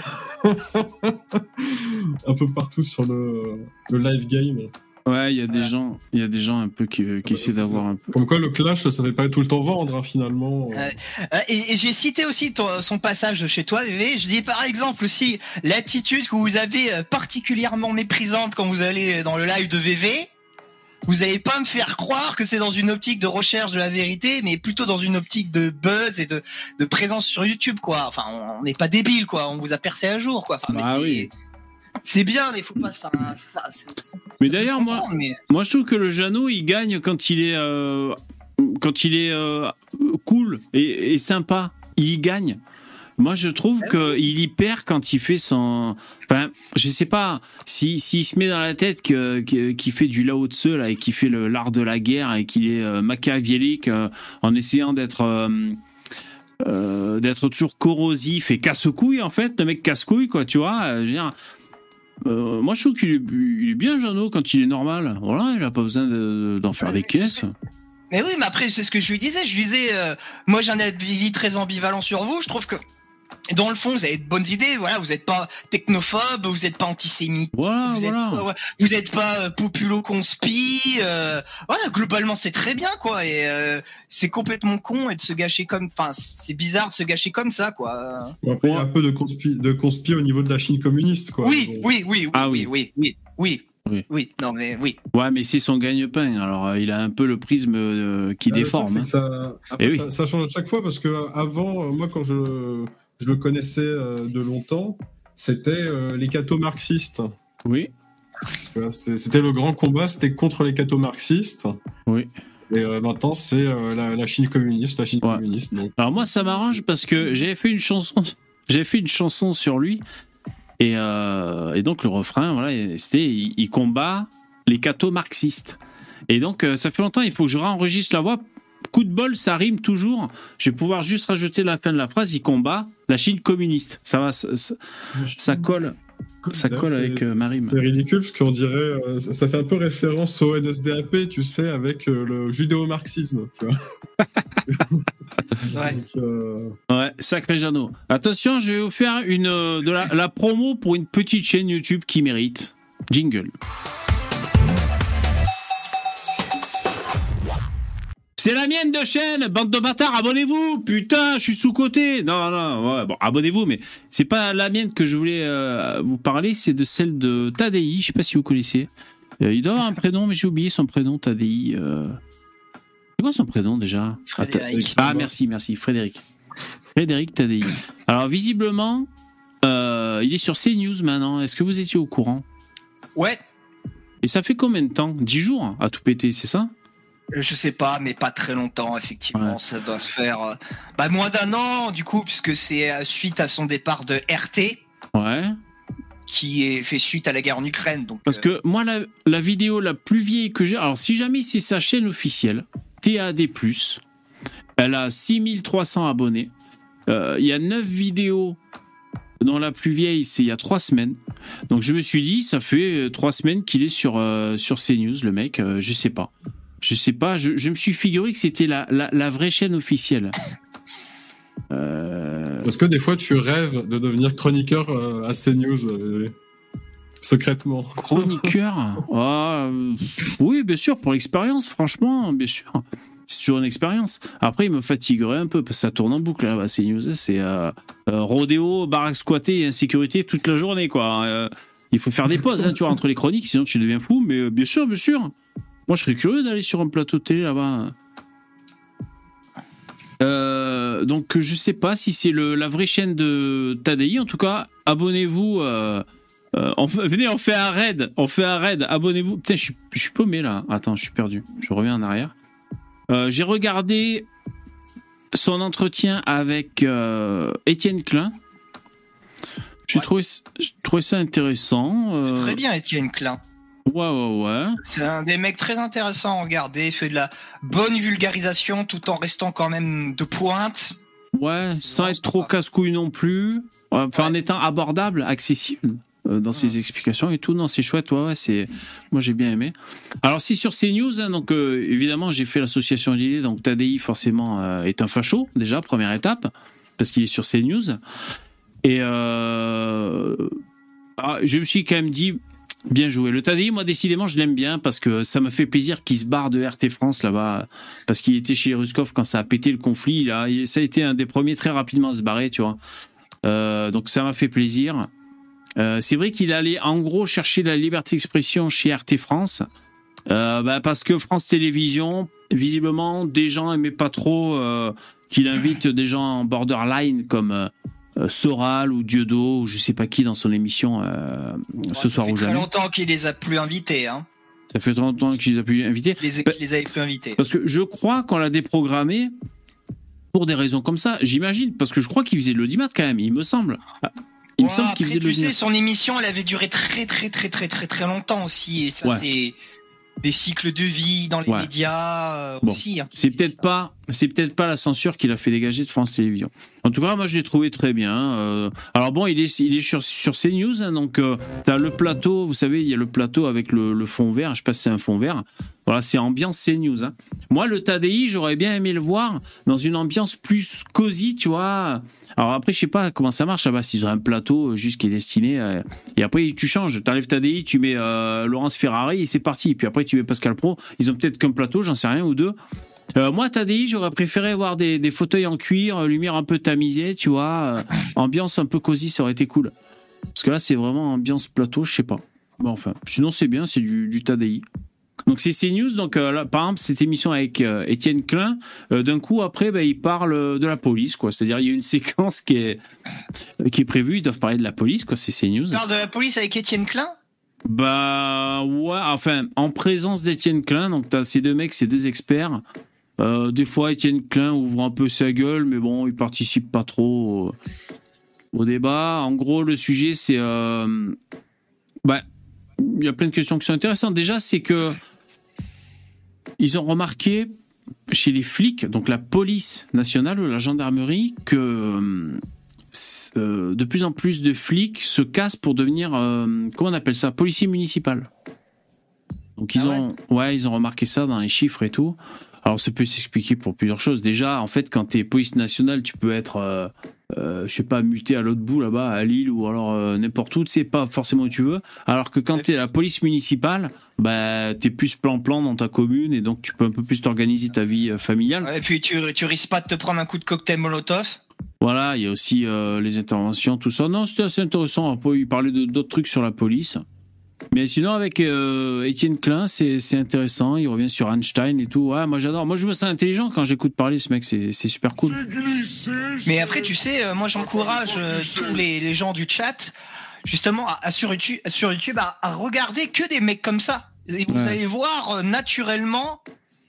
un peu partout sur le, le live game. Ouais, il y a des Voilà. gens, il y a des gens un peu qui, qui essaient d'avoir un peu. Comme quoi, le clash, ça fait pas tout le temps vendre, hein, finalement. Euh, Euh, et, et j'ai cité aussi ton- son passage de chez toi, Vévé. Je dis par exemple aussi l'attitude que vous avez euh, particulièrement méprisante quand vous allez dans le live de V V. Vous allez pas me faire croire que c'est dans une optique de recherche de la vérité, mais plutôt dans une optique de buzz et de, de présence sur YouTube, quoi. Enfin, on n'est pas débile, quoi. On vous a percé à jour, quoi. Enfin, mais Bah c'est, oui. c'est bien, mais faut pas se faire. un- ça, c'est- c'est- Mais ça peut d'ailleurs, se moi- comprendre, mais- Moi, je trouve que le Jeannot, il gagne quand il est, euh, quand il est euh, cool et, et sympa. Il y gagne. Moi, je trouve Ah qu'il y perd quand il fait son. Enfin, je sais pas. S'il si, s'il se met dans la tête que, que- qu'il fait du Lao Tse là et qu'il fait le- l'art de la guerre et qu'il est euh, machiavélique euh, en essayant d'être. euh, euh, d'être toujours corrosif et casse-couille en fait, le mec casse-couille quoi, tu vois. euh, je veux dire, euh, moi je trouve qu'il est, il est bien Jeannot quand il est normal. Voilà, il a pas besoin de- d'en faire Ouais, des mais c'est caisses. ça. Mais oui, mais après, c'est ce que je lui disais. Je lui disais, euh, moi j'ai un avis très ambivalent sur vous. Je trouve que, dans le fond, vous avez de bonnes idées. Voilà, vous n'êtes pas technophobe, vous n'êtes pas antisémite. Voilà, vous êtes voilà. pas, ouais, vous êtes pas euh, populo-conspi. Euh, voilà, globalement, c'est très bien, quoi. Et euh, c'est complètement con et de se gâcher comme. Enfin, c'est bizarre de se gâcher comme ça, quoi. Bon, après, il y a un peu de conspi, de conspi au niveau de la Chine communiste, quoi. Oui, Bon. oui, oui, oui, Ah oui, oui. oui, oui, oui, Oui. oui. Non, mais oui. Ouais, mais c'est son gagne-pain. Alors, euh, il a un peu le prisme euh, qui Ah, le déforme. truc, hein. c'est que ça, après, Eh oui. ça, ça change à chaque fois parce que euh, avant, euh, moi, quand je, je le connaissais euh, de longtemps, c'était euh, les cathos-marxistes. Oui, Tu vois, c'est- C'était le grand combat, c'était contre les cathos-marxistes. oui. Et euh, maintenant, c'est euh, la, la Chine communiste, la Chine Ouais. communiste. Donc. Alors moi, ça m'arrange parce que j'avais fait une chanson, j'avais fait une chanson sur lui, et, euh, et donc le refrain, voilà, c'était il, il combat les cathos marxistes. Et donc euh, ça fait longtemps, il faut que je réenregistre la voix. Coup de bol, ça rime toujours. Je vais pouvoir juste rajouter la fin de la phrase. Il combat la Chine communiste. Ça va, ça, ça- ça colle, ça colle C'est- avec euh, ma rime. C'est ridicule parce qu'on dirait, euh, ça, ça fait un peu référence au N S D A P, tu sais, avec euh, le judéo-marxisme. Tu vois. Ouais. Donc, euh, Ouais, sacré Jeannot. Attention, je vais vous faire une euh, de la, la promo pour une petite chaîne YouTube qui mérite. Jingle. C'est la mienne de chaîne, bande de bâtards, abonnez-vous. Putain, je suis sous-coté. Non, non, ouais, bon, abonnez-vous, mais c'est pas la mienne que je voulais euh, vous parler, c'est de celle de Tadei. Je sais pas si vous connaissez. Euh, il doit avoir un prénom, mais j'ai oublié son prénom, Tadei. Euh... C'est quoi son prénom déjà? Frédéric. Ah, merci, merci, Frédéric. Frédéric Tadei. Alors, visiblement, euh, il est sur CNews maintenant. Est-ce que vous étiez au courant? Ouais. Et ça fait combien de temps? dix jours à tout péter, c'est ça? Je sais pas, mais pas très longtemps, effectivement. Ouais. Ça doit faire euh, bah, moins d'un an, du coup, puisque c'est euh, suite à son départ de R T, Ouais. qui est fait suite à la guerre en Ukraine. Donc, Parce euh, que moi, la, la vidéo la plus vieille que j'ai... Alors, si jamais c'est sa chaîne officielle, T A D plus, elle a six mille trois cents abonnés. Euh, Il y a neuf vidéos, dont la plus vieille, c'est il y a trois semaines. Donc, je me suis dit, ça fait trois semaines qu'il est sur, euh, sur CNews, le mec. Euh, je sais pas. Je sais pas. Je, je me suis figuré que c'était la, la, la vraie chaîne officielle. Euh... Est-ce que des fois tu rêves de devenir chroniqueur euh, à CNews euh, secrètement? Chroniqueur ah, euh, oui, bien sûr, pour l'expérience, franchement, bien sûr. C'est toujours une expérience. Après, il me fatiguerait un peu, parce que ça tourne en boucle, là, c'est news. C'est euh, euh, rodéo, baraque squattée et insécurité toute la journée, quoi. Euh, il faut faire des pauses, hein, tu vois, entre les chroniques, sinon tu deviens fou. Mais euh, bien sûr, bien sûr. Moi, je serais curieux d'aller sur un plateau de télé, là-bas. Euh, donc, je sais pas si c'est le, la vraie chaîne de Tadei. En tout cas, abonnez-vous... Euh, Euh, on fait, venez, on fait un raid. On fait un raid. Abonnez-vous. Putain, je suis, je suis paumé là. Attends, je suis perdu. Je reviens en arrière. Euh, j'ai regardé son entretien avec euh, Étienne Klein. J'ai ouais. trouvé, j'ai trouvé ça intéressant. Euh... Très bien, Étienne Klein. Ouais, ouais, ouais. C'est un des mecs très intéressants à regarder. Il fait de la bonne vulgarisation tout en restant quand même de pointe. Ouais, c'est sans être trop sympa. casse-couille non plus. Enfin, ouais. en étant abordable, accessible. Dans ses mmh. explications et tout, non, c'est chouette, ouais, ouais, c'est, moi j'ai bien aimé. Alors si sur CNews, hein, donc euh, évidemment j'ai fait l'association d'idées, donc Tadei forcément euh, est un facho déjà, première étape, parce qu'il est sur CNews. Et euh, ah, je me suis quand même dit, bien joué. Le Tadei, moi décidément je l'aime bien parce que ça m'a fait plaisir qu'il se barre de R T France là-bas, parce qu'il était chez Ruskov quand ça a pété le conflit. Là, ça a été un des premiers très rapidement à se barrer, tu vois. Euh, donc ça m'a fait plaisir. Euh, c'est vrai qu'il allait en gros chercher la liberté d'expression chez R T France, euh, bah, parce que France Télévisions, visiblement, des gens aimaient pas trop euh, qu'il invite des gens en borderline comme euh, Soral ou Dieudo ou je sais pas qui dans son émission euh, ouais, ce soir ou jamais. Ça fait très longtemps qu'il les a plus invités. Hein. Ça fait très longtemps qu'il les a plus invités. Qu'il les, bah, qu'il les avait plus invités. Parce que je crois qu'on l'a déprogrammé pour des raisons comme ça, j'imagine, parce que je crois qu'il faisait de l'audimat quand même, il me semble. Il me ouais, semble qu'il faisait tu le sais, son émission, elle avait duré très très très très très très longtemps aussi, et ça ouais. c'est des cycles de vie dans les ouais. médias euh, bon. aussi. Hein, c'est peut-être pas, c'est peut-être pas la censure qu'il a fait dégager de France Télévisions. En tout cas, moi je l'ai trouvé très bien. Euh, alors bon, il est, il est sur sur CNews, hein, donc euh, t'as le plateau, vous savez, il y a le plateau avec le, le fond vert. Je sais pas si c'est un fond vert. Voilà, c'est ambiance CNews. Hein. Moi, le Tadei, j'aurais bien aimé le voir dans une ambiance plus cosy, tu vois. Alors après, je sais pas comment ça marche là-bas, s'ils ont un plateau juste qui est destiné. À... Et après, tu changes, t'enlèves Tadei, tu mets euh, Laurence Ferrari et c'est parti. Et puis après, tu mets Pascal Pro. Ils ont peut-être qu'un plateau, j'en sais rien, ou deux. Euh, moi, Tadei, j'aurais préféré voir des, des fauteuils en cuir, lumière un peu tamisée, tu vois. Euh, ambiance un peu cosy, ça aurait été cool. Parce que là, c'est vraiment ambiance plateau, je sais pas. Bon, enfin, sinon, c'est bien, c'est du, du Tadei. Donc c'est CNews, donc euh, là, par exemple cette émission avec euh, Étienne Klein, euh, d'un coup après bah, il parle de la police, quoi. C'est-à-dire il y a une séquence qui est qui est prévue, ils doivent parler de la police, quoi. C'est CNews. Tu parles de la police avec Étienne Klein ? Bah ouais, enfin en présence d'Étienne Klein, donc t'as ces deux mecs, ces deux experts. Euh, des fois Étienne Klein ouvre un peu sa gueule, mais bon il participe pas trop au, au débat. En gros le sujet c'est euh, bah il y a plein de questions qui sont intéressantes. Déjà, c'est que ils ont remarqué chez les flics, donc la police nationale ou la gendarmerie, que euh, de plus en plus de flics se cassent pour devenir, euh, comment on appelle ça, policier municipal. Donc ils ah ont, ouais. ouais, ils ont remarqué ça dans les chiffres et tout. Alors ça peut s'expliquer pour plusieurs choses. Déjà, en fait, quand t'es police nationale, tu peux être, euh, euh, je sais pas, muté à l'autre bout là-bas, à Lille ou alors euh, n'importe où. Tu sais pas forcément où tu veux. Alors que quand t'es la police municipale, bah t'es plus plan-plan dans ta commune et donc tu peux un peu plus t'organiser ta vie euh, familiale. Ouais, et puis tu, tu risques pas de te prendre un coup de cocktail Molotov. Voilà, il y a aussi euh, les interventions, tout ça. Non, c'était assez intéressant. Après, il parlait de, d'autres trucs sur la police. Mais sinon, avec euh, Étienne Klein, c'est, c'est intéressant. Il revient sur Einstein et tout. Ouais, moi, j'adore. Moi, je me sens intelligent quand j'écoute parler ce mec. C'est, c'est super cool. Mais après, tu sais, euh, moi, j'encourage euh, tous les, les gens du chat, justement, à, à sur YouTube, sur YouTube à, à regarder que des mecs comme ça. Et vous Ouais. allez voir, euh, naturellement,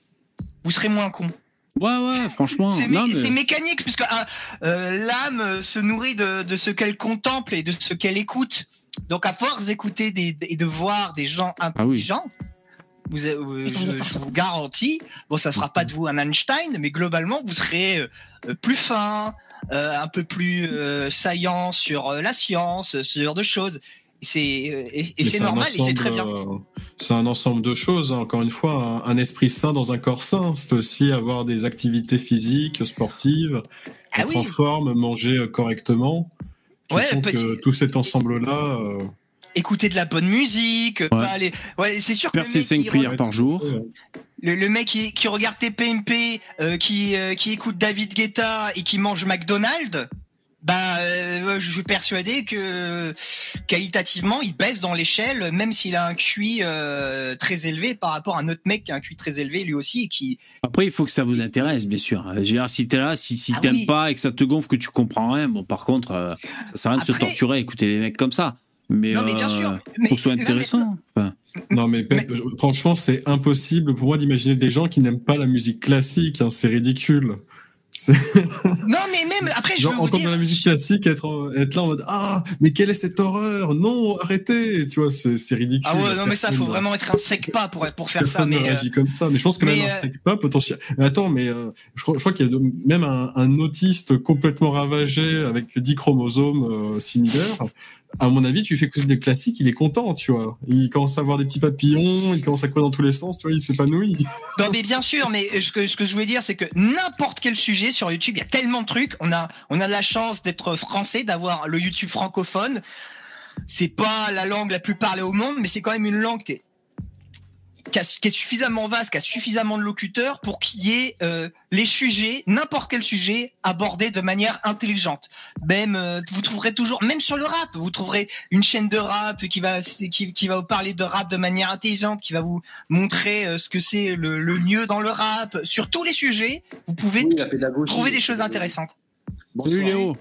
vous serez moins con. Ouais, ouais, franchement. C'est, non, mé- mais... c'est mécanique, puisque ah, euh, l'âme euh, se nourrit de, de ce qu'elle contemple et de ce qu'elle écoute. Donc, à force d'écouter des, et de voir des gens intelligents, vous, euh, je, je vous garantis, bon, ça fera pas de vous un Einstein, mais globalement, vous serez euh, plus fin, euh, un peu plus euh, saillant sur euh, la science, ce genre de choses. Et c'est, euh, et, et Mais c'est un normal, et c'est très ensemble, bien. euh, c'est un ensemble de choses. Hein. Encore une fois, un, un esprit sain dans un corps sain. C'est aussi avoir des activités physiques, sportives, Ah être oui. en forme, manger euh, correctement. Qui Ouais, font parce- que tout cet ensemble-là. euh, Écouter de la bonne musique, pas aller. Ouais, c'est sûr que Faire le ses mec cinq qui prières re- par jour. euh, Le, le mec qui, qui regarde T P M P, euh, qui, euh, qui écoute David Guetta et qui mange McDonald's, bah, euh, je suis persuadé que qualitativement, il baisse dans l'échelle, même s'il a un Q I euh, très élevé par rapport à un autre mec qui a un Q I très élevé lui aussi et qui. Après, il faut que ça vous intéresse, bien sûr. Je veux dire, si t'es là, si, si Ah t'aimes oui. pas et que ça te gonfle, que tu comprends rien, bon, par contre, euh, ça sert à rien de se Après- torturer à écouter des mecs comme ça. Mais, Non, mais bien euh, sûr. faut Mais- que ce soit mais- intéressant. Enfin, Non mais, Pep, je- franchement c'est impossible pour moi d'imaginer des gens qui n'aiment pas la musique classique, hein, c'est ridicule. C'est... Non, mais même après, je Genre veux vous entendre dire. de la musique classique, être, en- être là en mode ah mais quelle est cette horreur, non arrêtez, tu vois c'est, c'est ridicule. Ah ouais, non, mais ça, faut Personne- vraiment être un secpa pour, pour faire ça. Personne ne Mais euh, réagit comme ça, mais je pense que mais, même un euh, secpa potentiel. Mais attends, mais euh, je, crois, je crois qu'il y a de- même un, un autiste complètement ravagé avec dix chromosomes euh, similaires. À mon avis, tu lui fais écouter des classiques, il est content, tu vois. Il commence à avoir des petits papillons, il commence à courir dans tous les sens, tu vois, il s'épanouit. Non mais bien sûr, mais ce que, ce que je voulais dire, c'est que n'importe quel sujet sur YouTube, il y a tellement de trucs. On a, on a la chance d'être français, d'avoir le YouTube francophone. C'est pas la langue la plus parlée au monde, mais c'est quand même une langue qui est, qui, a- qui est suffisamment vaste, qui a suffisamment de locuteurs pour qu'il y ait euh, les sujets, n'importe quel sujet, abordés de manière intelligente. Même, euh, vous trouverez toujours, même sur le rap, vous trouverez une chaîne de rap qui va, qui, qui va vous parler de rap de manière intelligente, qui va vous montrer euh, ce que c'est le, le mieux dans le rap. Sur tous les sujets, vous pouvez Oui, la pédagogie. trouver des choses intéressantes. Bonsoir. Salut Léo.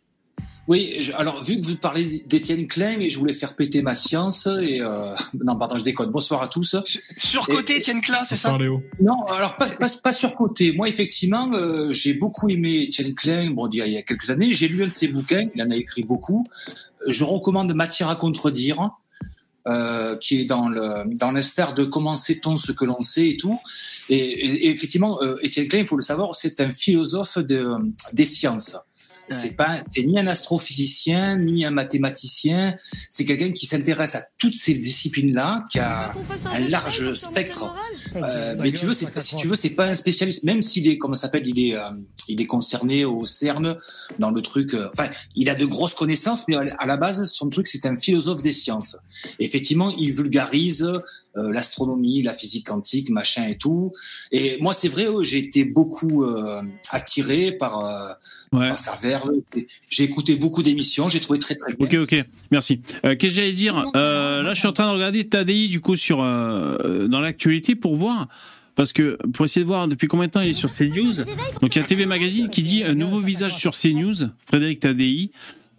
Oui, je- alors vu que vous parlez d'Étienne Klein, et je voulais faire péter ma science et euh, non pardon je déconne. Bonsoir à tous. Surcoté Et- Étienne Klein, c'est ça? Par Léo. Non, alors pas pas, pas surcoté. Moi effectivement, euh, j'ai beaucoup aimé Étienne Klein. Bon, il y a- il y a quelques années, j'ai lu un de ses bouquins. Il en a écrit beaucoup. Euh, Je recommande Matière à contredire, euh, qui est dans le dans l'instar de Comment sait-on ce que l'on sait et tout. Et, et- et effectivement, euh, Étienne Klein, il faut le savoir, c'est un philosophe de, des sciences. C'est pas, c'est ni un astrophysicien, ni un mathématicien. C'est quelqu'un qui s'intéresse à toutes ces disciplines-là, qui a un large spectre. Euh, mais tu veux, c'est, si tu veux, c'est pas un spécialiste, même s'il est, comment ça s'appelle, il est, euh, il est concerné au CERN dans le truc. euh, Enfin, il a de grosses connaissances, mais à la base, son truc, c'est un philosophe des sciences. Effectivement, il vulgarise euh, l'astronomie, la physique quantique, machin et tout. Et moi, c'est vrai, euh, j'ai été beaucoup euh, attiré par. Euh, Ouais. par sa verve. J'ai écouté beaucoup d'émissions, j'ai trouvé très très bien. Ok, ok, merci. Euh, qu'est-ce que j'allais dire euh, Là, je suis en train de regarder Tadei, du coup, sur, euh, dans l'actualité pour voir. Parce que, pour essayer de voir depuis combien de temps il est sur CNews. Donc, il y a T V Magazine qui dit un nouveau visage sur CNews, Frédéric Tadei.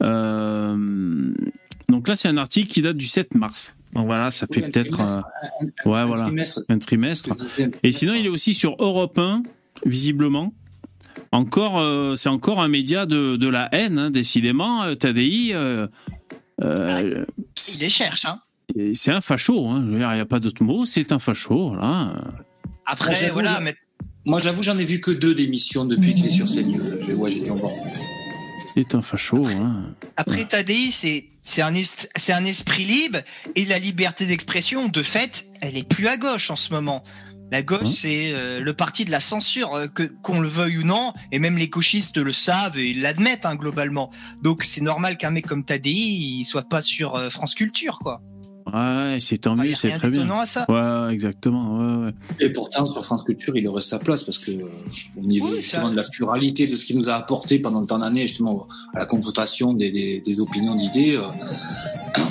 Euh, donc là, c'est un article qui date du sept mars. Donc voilà, ça fait Oui, un peut-être trimestre, euh, un, un, ouais, un voilà. trimestre. un trimestre. Et sinon, il est aussi sur Europe un, visiblement. Encore, euh, c'est encore un média de, de la haine, hein, décidément. euh, Tadei, euh, euh, Il les cherche, hein. c'est, c'est un facho. Hein, je veux dire, il n'y a pas d'autre mot. C'est un facho, là. Après, Moi, j'avoue, voilà, je- mais Moi, j'avoue, j'en ai vu que deux d'émissions depuis qu'il est sur CNews. J'ai, ouais, j'ai dit, bon. C'est un facho. Hein. après Tadei, c'est c'est un est- c'est un esprit libre et la liberté d'expression, de fait, elle est plus à gauche en ce moment. La gauche, Hein c'est euh, le parti de la censure, euh, que qu'on le veuille ou non, et même les gauchistes le savent et ils l'admettent hein, globalement. Donc c'est normal qu'un mec comme Tadei, il soit pas sur euh, France Culture, quoi. Ouais, c'est tant Enfin, y mieux, a c'est rien très bien. d'étonnant à ça. Ouais, exactement. Ouais, ouais. Et pourtant, sur France Culture, il aurait sa place parce que, euh, au niveau Oui, justement ça- de la pluralité de ce qu'il nous a apporté pendant tant d'années, justement, à la confrontation des, des, des opinions, d'idées, euh, enfin,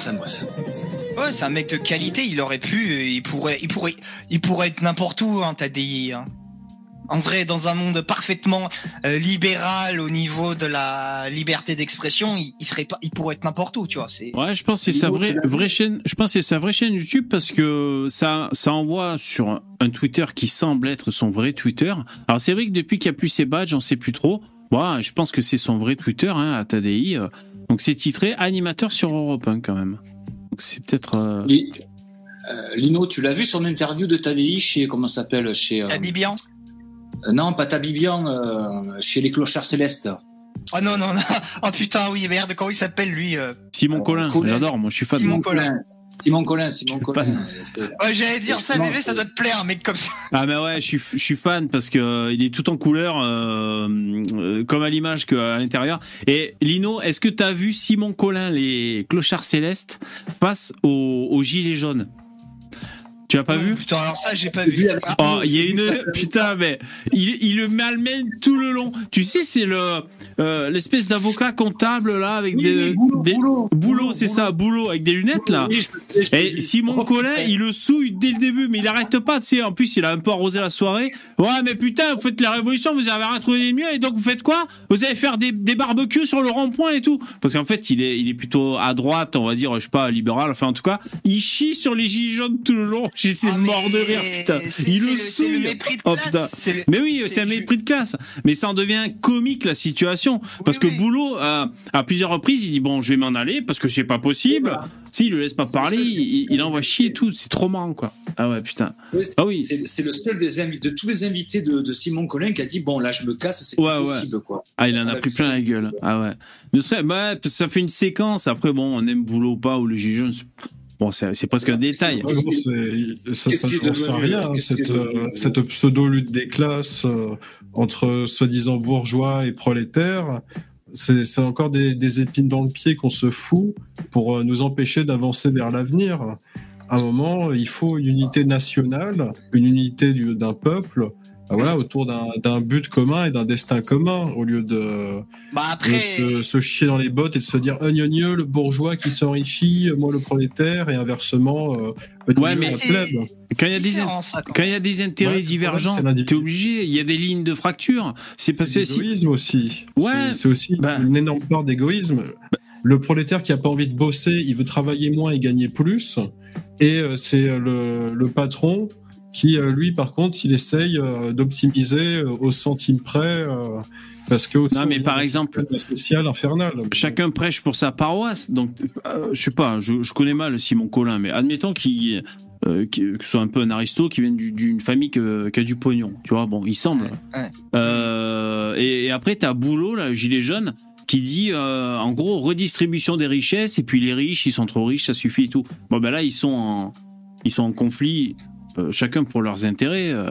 enfin bref. Ouais, c'est un mec de qualité, il aurait pu, il pourrait, il pourrait, il pourrait être n'importe où, hein, Tadei. Hein. En vrai, dans un monde parfaitement euh, libéral au niveau de la liberté d'expression, il, il serait pas, il pourrait être n'importe où, tu vois. C'est... Ouais, je pense que c'est sa vraie, vraie chaîne. Je pense que c'est sa vraie chaîne YouTube parce que ça, ça envoie sur un, un Twitter qui semble être son vrai Twitter. Alors c'est vrai que depuis qu'il n'y a plus ses badges, on sait plus trop. Ouais, je pense que c'est son vrai Twitter, hein, à Tadei. Donc c'est titré animateur sur Europe un quand même. Donc c'est peut-être. Euh... Et, euh, Lino, tu l'as vu son interview de Tadei chez comment ça s'appelle chez. Euh... Tabibian. Euh, non, pas Tabibian, euh, chez les Clochards Célestes. Oh non, non, non. Oh putain, oui, merde, comment il s'appelle lui euh... Simon Collin, Collin. J'adore, moi je suis fan. Simon Collin. Simon Collin, Simon Collin. Ouais, j'allais dire ça, bébé, ça doit te plaire, un mec comme ça. Ah, mais ouais, je suis, je suis fan parce que euh, il est tout en couleur, euh, euh, comme à l'image qu'à l'intérieur. Et Lino, est-ce que t'as vu Simon Collin, les Clochards Célestes, face aux, aux Gilets jaunes? Tu as pas non, vu? Putain, alors ça, j'ai pas vu. Oh, il y a une, putain, mais, il, il le malmène tout le long. Tu sais, c'est le, euh, l'espèce d'avocat comptable, là, avec oui, des, oui, boulot, des, boulot, boulot, boulot c'est boulot. ça, boulot, avec des lunettes, boulot, là. Oui, je, je, je, et Simon oh, Collin, putain. il le souille dès le début, mais il arrête pas, tu sais. En plus, il a un peu arrosé la soirée. Ouais, mais putain, vous faites la révolution, vous avez rien trouvé de mieux, et donc vous faites quoi? Vous allez faire des, des barbecues sur le rond-point et tout. Parce qu'en fait, il est, il est plutôt à droite, on va dire, je sais pas, libéral, enfin, en tout cas, il chie sur les gilets jaunes tout le long. J'étais Ah, mort de rire, putain. C'est, il c'est le le, souille. c'est le mépris de Oh, classe. putain. C'est le... Mais oui, c'est, c'est un le... mépris de classe. Mais ça en devient comique, la situation. Parce oui, que oui. Boulot, à, à plusieurs reprises, il dit, bon, je vais m'en aller parce que c'est pas possible. Voilà. Si, il le laisse pas parler, il, il envoie chier et tout. C'est trop marrant, quoi. Ah ouais, putain. Oui, ah oui. C'est, c'est le seul des invités, de tous les invités de, de Simon Collin qui a dit, bon, là, je me casse, c'est ouais, pas possible, ouais. quoi. Ah, il en a, a pris vu plein ça. la gueule. Ah ouais. Ne serait, bah, parce que ça fait une séquence. Après, bon, on aime Boulot ou pas, ou le Gilet jaune. Bon, c'est, c'est presque un détail. Ouais, bon, c'est, ça Qu'est-ce ça qui est commence à devenu, rien, hein, qu'est-ce qui est cette, devenu, euh, cette pseudo-lutte des classes euh, entre soi-disant bourgeois et prolétaires. C'est, c'est encore des, des épines dans le pied qu'on se fout pour euh, nous empêcher d'avancer vers l'avenir. À un moment, il faut une unité nationale, une unité du, d'un peuple, euh, voilà, autour d'un, d'un but commun et d'un destin commun, au lieu de, Bah de après, se, se chier dans les bottes et de se dire gneu le bourgeois qui s'enrichit, moi le prolétaire, et inversement, euh, Ouais, mais la c'est- plèbe. Quand il y a des, différent, ça, quand quand il y a des intérêts Ouais, c'est divergents, vrai, c'est l'individu. t'es obligé. Il y a des lignes de fracture. C'est parce que C'est si, l'égoïsme aussi. Ouais, c'est, c'est aussi bah- une énorme part d'égoïsme. Le prolétaire qui a pas envie de bosser, il veut travailler moins et gagner plus. Et euh, c'est le, le patron qui, euh, lui, par contre, il essaye euh, d'optimiser euh, au centime près. euh, parce que aussi, Non, mais on est par dans un exemple, système social infernal. chacun prêche pour sa paroisse. Donc, euh, je sais pas, je, je connais mal Simon Collin, mais admettons qu'il, euh, qu'il- que ce soit un peu un aristo qui vienne du- d'une famille que- qui a du pognon. Tu vois, bon, il semble. Ouais. Euh, et, et après, t'as Boulot, là, le gilet jaune, qui dit, euh, en gros, redistribution des richesses, et puis les riches, ils sont trop riches, ça suffit et tout. Bon, ben là, ils sont en, ils sont en conflit, euh, chacun pour leurs intérêts. euh,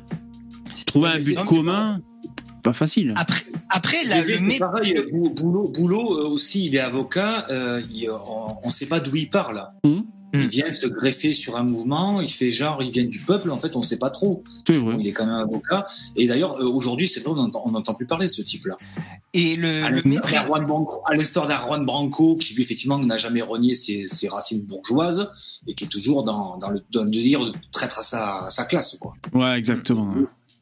trouver un Mais but c'est- commun, pas facile. après, après la, Bébé, le c'est mé- pareil, Bou- Boulot, Boulot euh, aussi, il est avocat, euh, il- on ne sait pas d'où il parle. Mmh. Il vient se greffer sur un mouvement, il fait genre, il vient du peuple, en fait, on ne sait pas trop. C'est vrai. Bon, il est quand même avocat. Et d'ailleurs, euh, aujourd'hui, c'est vrai, on n'entend plus parler de ce type-là. et le, À le l'instar mépris. d'un Juan Branco, à l'instar d'un Juan Branco, qui lui, effectivement, n'a jamais renié ses, ses racines bourgeoises et qui est toujours dans, dans le, dans le délire de traître à sa, à sa classe, quoi. Ouais, exactement.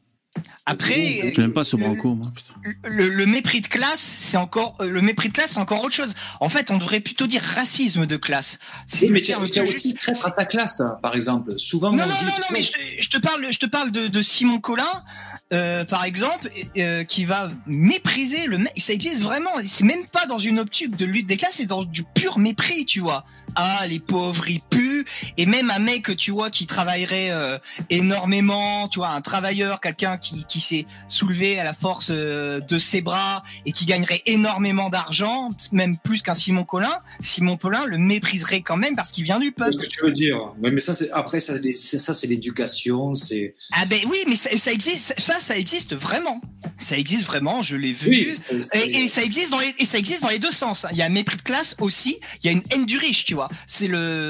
Après, Je n'aime pas ce le- Branco, moi. Putain. le, le mépris de classe, c'est encore euh, le mépris de classe, c'est encore autre chose. En fait, on devrait plutôt dire racisme de classe. C'est Oui, mais le tu as terme tu as que je- aussi traître à sa classe, par exemple. Souvent, Non, on non, dit, non, non, mais je te, je te parle, je te parle de, de Simon Collin, euh, par exemple, euh, qui va mépriser le mec. Ça existe vraiment. C'est même pas dans une optique de lutte des classes, c'est dans du pur mépris, tu vois. Ah, les pauvres, ils puent. Et même un mec, tu vois, qui travaillerait euh, énormément, tu vois, un travailleur, quelqu'un qui, qui s'est soulevé à la force euh, de ses bras et qui gagnerait énormément d'argent, même plus qu'un Simon Collin. Simon Collin le mépriserait quand même parce qu'il vient du peuple. ce que tu veux dire. Ouais, mais ça, c'est, après, ça, c'est, ça, c'est l'éducation, c'est. Ah ben oui, mais ça, ça existe, ça, ça existe vraiment. Ça existe vraiment, je l'ai vu. Oui, c'est- c'est- Et, et ça existe dans les, et ça existe dans les deux sens. Il y a un mépris de classe aussi. Il y a une haine du riche, tu vois. C'est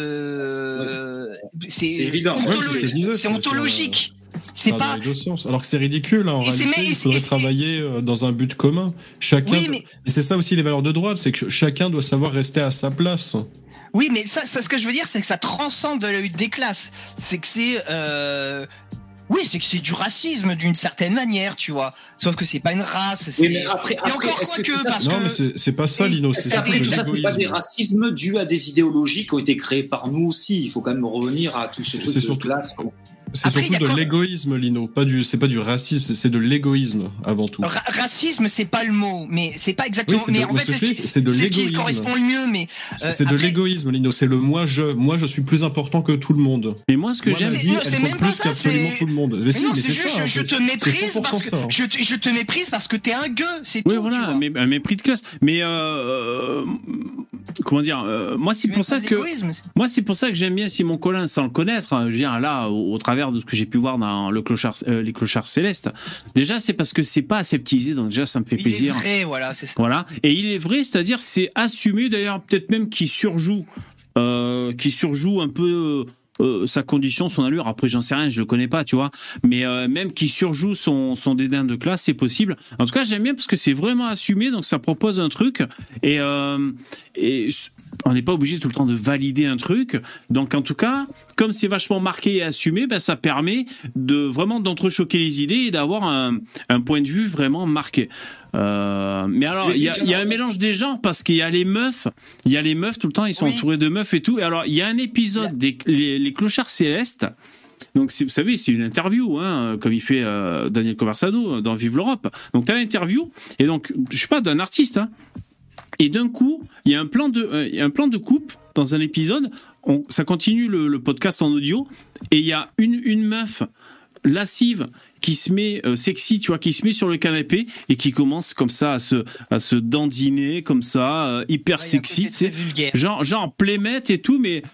le, c'est, C'est évident. ontolo- Ouais, c'est ce que je disais, c'est c'est- ontologique. Ça C'est va pas. dans les deux sens. Alors que c'est ridicule, hein, en Et c'est- réalité, mais- il faudrait et c'est- travailler euh, dans un but commun. Chacun. Oui, mais- Et c'est ça aussi les valeurs de droite, c'est que chacun doit savoir rester à sa place. Oui, mais ça, ça, ce que je veux dire, c'est que ça transcende la lutte des classes. C'est que c'est, euh... oui, c'est que c'est du racisme d'une certaine manière, tu vois. Sauf que c'est pas une race. C'est... Oui, mais après, Et après, encore est-ce quoi que que, tout ça- parce Non, que mais c'est c'est pas ça, Et- Lino, est-ce c'est qu'après, surtout de tout ça, c'est pas des l'égoïsme. racismes dus à des idéologies qui ont été créées par nous aussi. Il faut quand même revenir à tout ce C'est- truc c'est de surtout- classe. quoi. C'est Après, surtout il y a de quand- l'égoïsme, Lino. Pas du, c'est pas du racisme, c'est- c'est de l'égoïsme avant tout. Ra- racisme, c'est pas le mot, mais c'est pas exactement. Oui, c'est mais de- en mais fait, ce c'est que ce je qui, dis, c'est de c'est ce qui l'égoïsme. correspond le mieux. Mais C'est euh, c'est de après- l'égoïsme, Lino. C'est le moi je. Moi, je suis plus important que tout le monde. Mais moi, ce que Moi, j'aime, ma c'est- vie, non, elle c'est compte même pas plus ça, qu'absolument c'est- tout le monde. Mais Mais si, non, mais c'est c'est juste, ça. je, je c'est- te c'est méprise cent pour cent parce que ça. je, te- je te méprise parce que t'es un gueux, c'est oui, tout. voilà, tu vois. un, mé- un mépris de classe. Mais euh, euh, comment dire, euh, moi, c'est Mais pour pas ça de que. l'égoïsme. Moi, c'est pour ça que j'aime bien Simon Collin sans le connaître. hein. Je veux dire, là, au, au travers de ce que j'ai pu voir dans le clochard, euh, les clochards célestes. Déjà, c'est parce que c'est pas aseptisé, donc déjà, ça me fait Il plaisir. est vrai, voilà, c'est ça. Voilà. Et il est vrai, c'est-à-dire, c'est assumé, d'ailleurs, peut-être même qu'il surjoue, euh, qu'il surjoue un peu. Euh, sa condition, son allure, après j'en sais rien, je le connais pas, tu vois, mais euh, même qu'il surjoue son, son dédain de classe, c'est possible. En tout cas, j'aime bien parce que c'est vraiment assumé, donc ça propose un truc, et, euh, et on n'est pas obligé tout le temps de valider un truc, donc en tout cas, comme c'est vachement marqué et assumé, ben, ça permet de vraiment d'entrechoquer les idées et d'avoir un, un point de vue vraiment marqué. Euh, mais alors, il y a, il y a un mélange des genres parce qu'il y a les meufs, il y a les meufs tout le temps, ils sont Oui. entourés de meufs et tout. Et alors, il y a un épisode des les, les clochards célestes. Donc, c'est- vous savez, c'est une interview, hein, comme il fait euh, Daniel Conversano dans Vive l'Europe. Donc, t'as l'interview et donc, je sais pas, d'un artiste. Hein, et d'un coup, il y a un plan de, euh, il y a un plan de coupe dans un épisode. On, ça continue le, le podcast en audio et il y a une une meuf lascive qui se met euh, sexy, tu vois, qui se met sur le canapé et qui commence comme ça à se à se dandiner comme ça, euh, hyper Ouais, il y a un sexy, côté tu sais, très vulgaire. genre genre playmate et tout, mais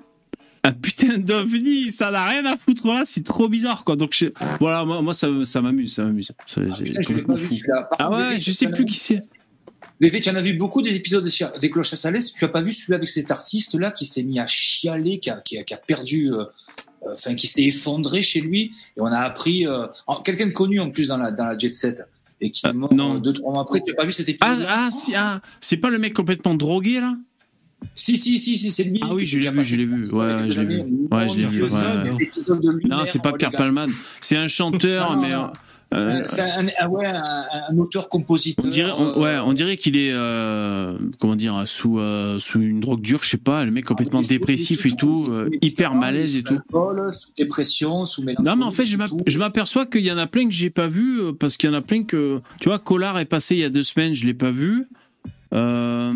un putain d'ovni, ça n'a rien à foutre là, c'est trop bizarre quoi. Donc je- voilà, moi, moi ça ça m'amuse, ça m'amuse. Ça, Ah, c'est putain, je l'ai pas complètement vu fou. celui-là. Par Ah contre, ouais, Vévé, je sais tu en plus as- qui c'est. Vévé, tu en as vu beaucoup des épisodes de- des Cloches à Salès. Tu as pas vu celui avec cet artiste-là qui s'est mis à chialer, qui a, qui a, qui a perdu, euh, euh, enfin, qui s'est effondré chez lui. Et on a appris, euh, en- quelqu'un de connu en plus dans la, dans la jet set. Et qui Ah, est mort non. euh, deux, trois mois après. Tu as pas vu cet Ah, épisode ah, si, ah, c'est pas le mec complètement drogué là? Si, si, si, si, c'est lui. Ah oui, qui je l'ai a vu, passé je l'ai vu. il y a Ouais, quelques je l'ai vu. années. Ouais, je l'ai vu. Pierre ouais, Palmade, ouais. hein. Cet épisode de lunaire, Non, c'est pas oh, les Pierre gars. Palmade. C'est un chanteur, Non, mais non. euh, C'est un, un- ouais, un, un auteur-compositeur. on dirait, on- ouais, euh, on dirait qu'il est, euh, comment dire, sous euh, sous une drogue dure, je sais pas. Le mec complètement il est sous- dépressif il est et sous- tout, il est euh, sous hyper médicaments, malaise il est et sous tout. alcool, sous dépression, sous mélancolie. Non, mais en fait, je sous m'app- tout. je m'aperçois qu'il y en a plein que j'ai pas vu euh, parce qu'il y en a plein que, tu vois, Collard est passé il y a deux semaines, je l'ai pas vu. Euh,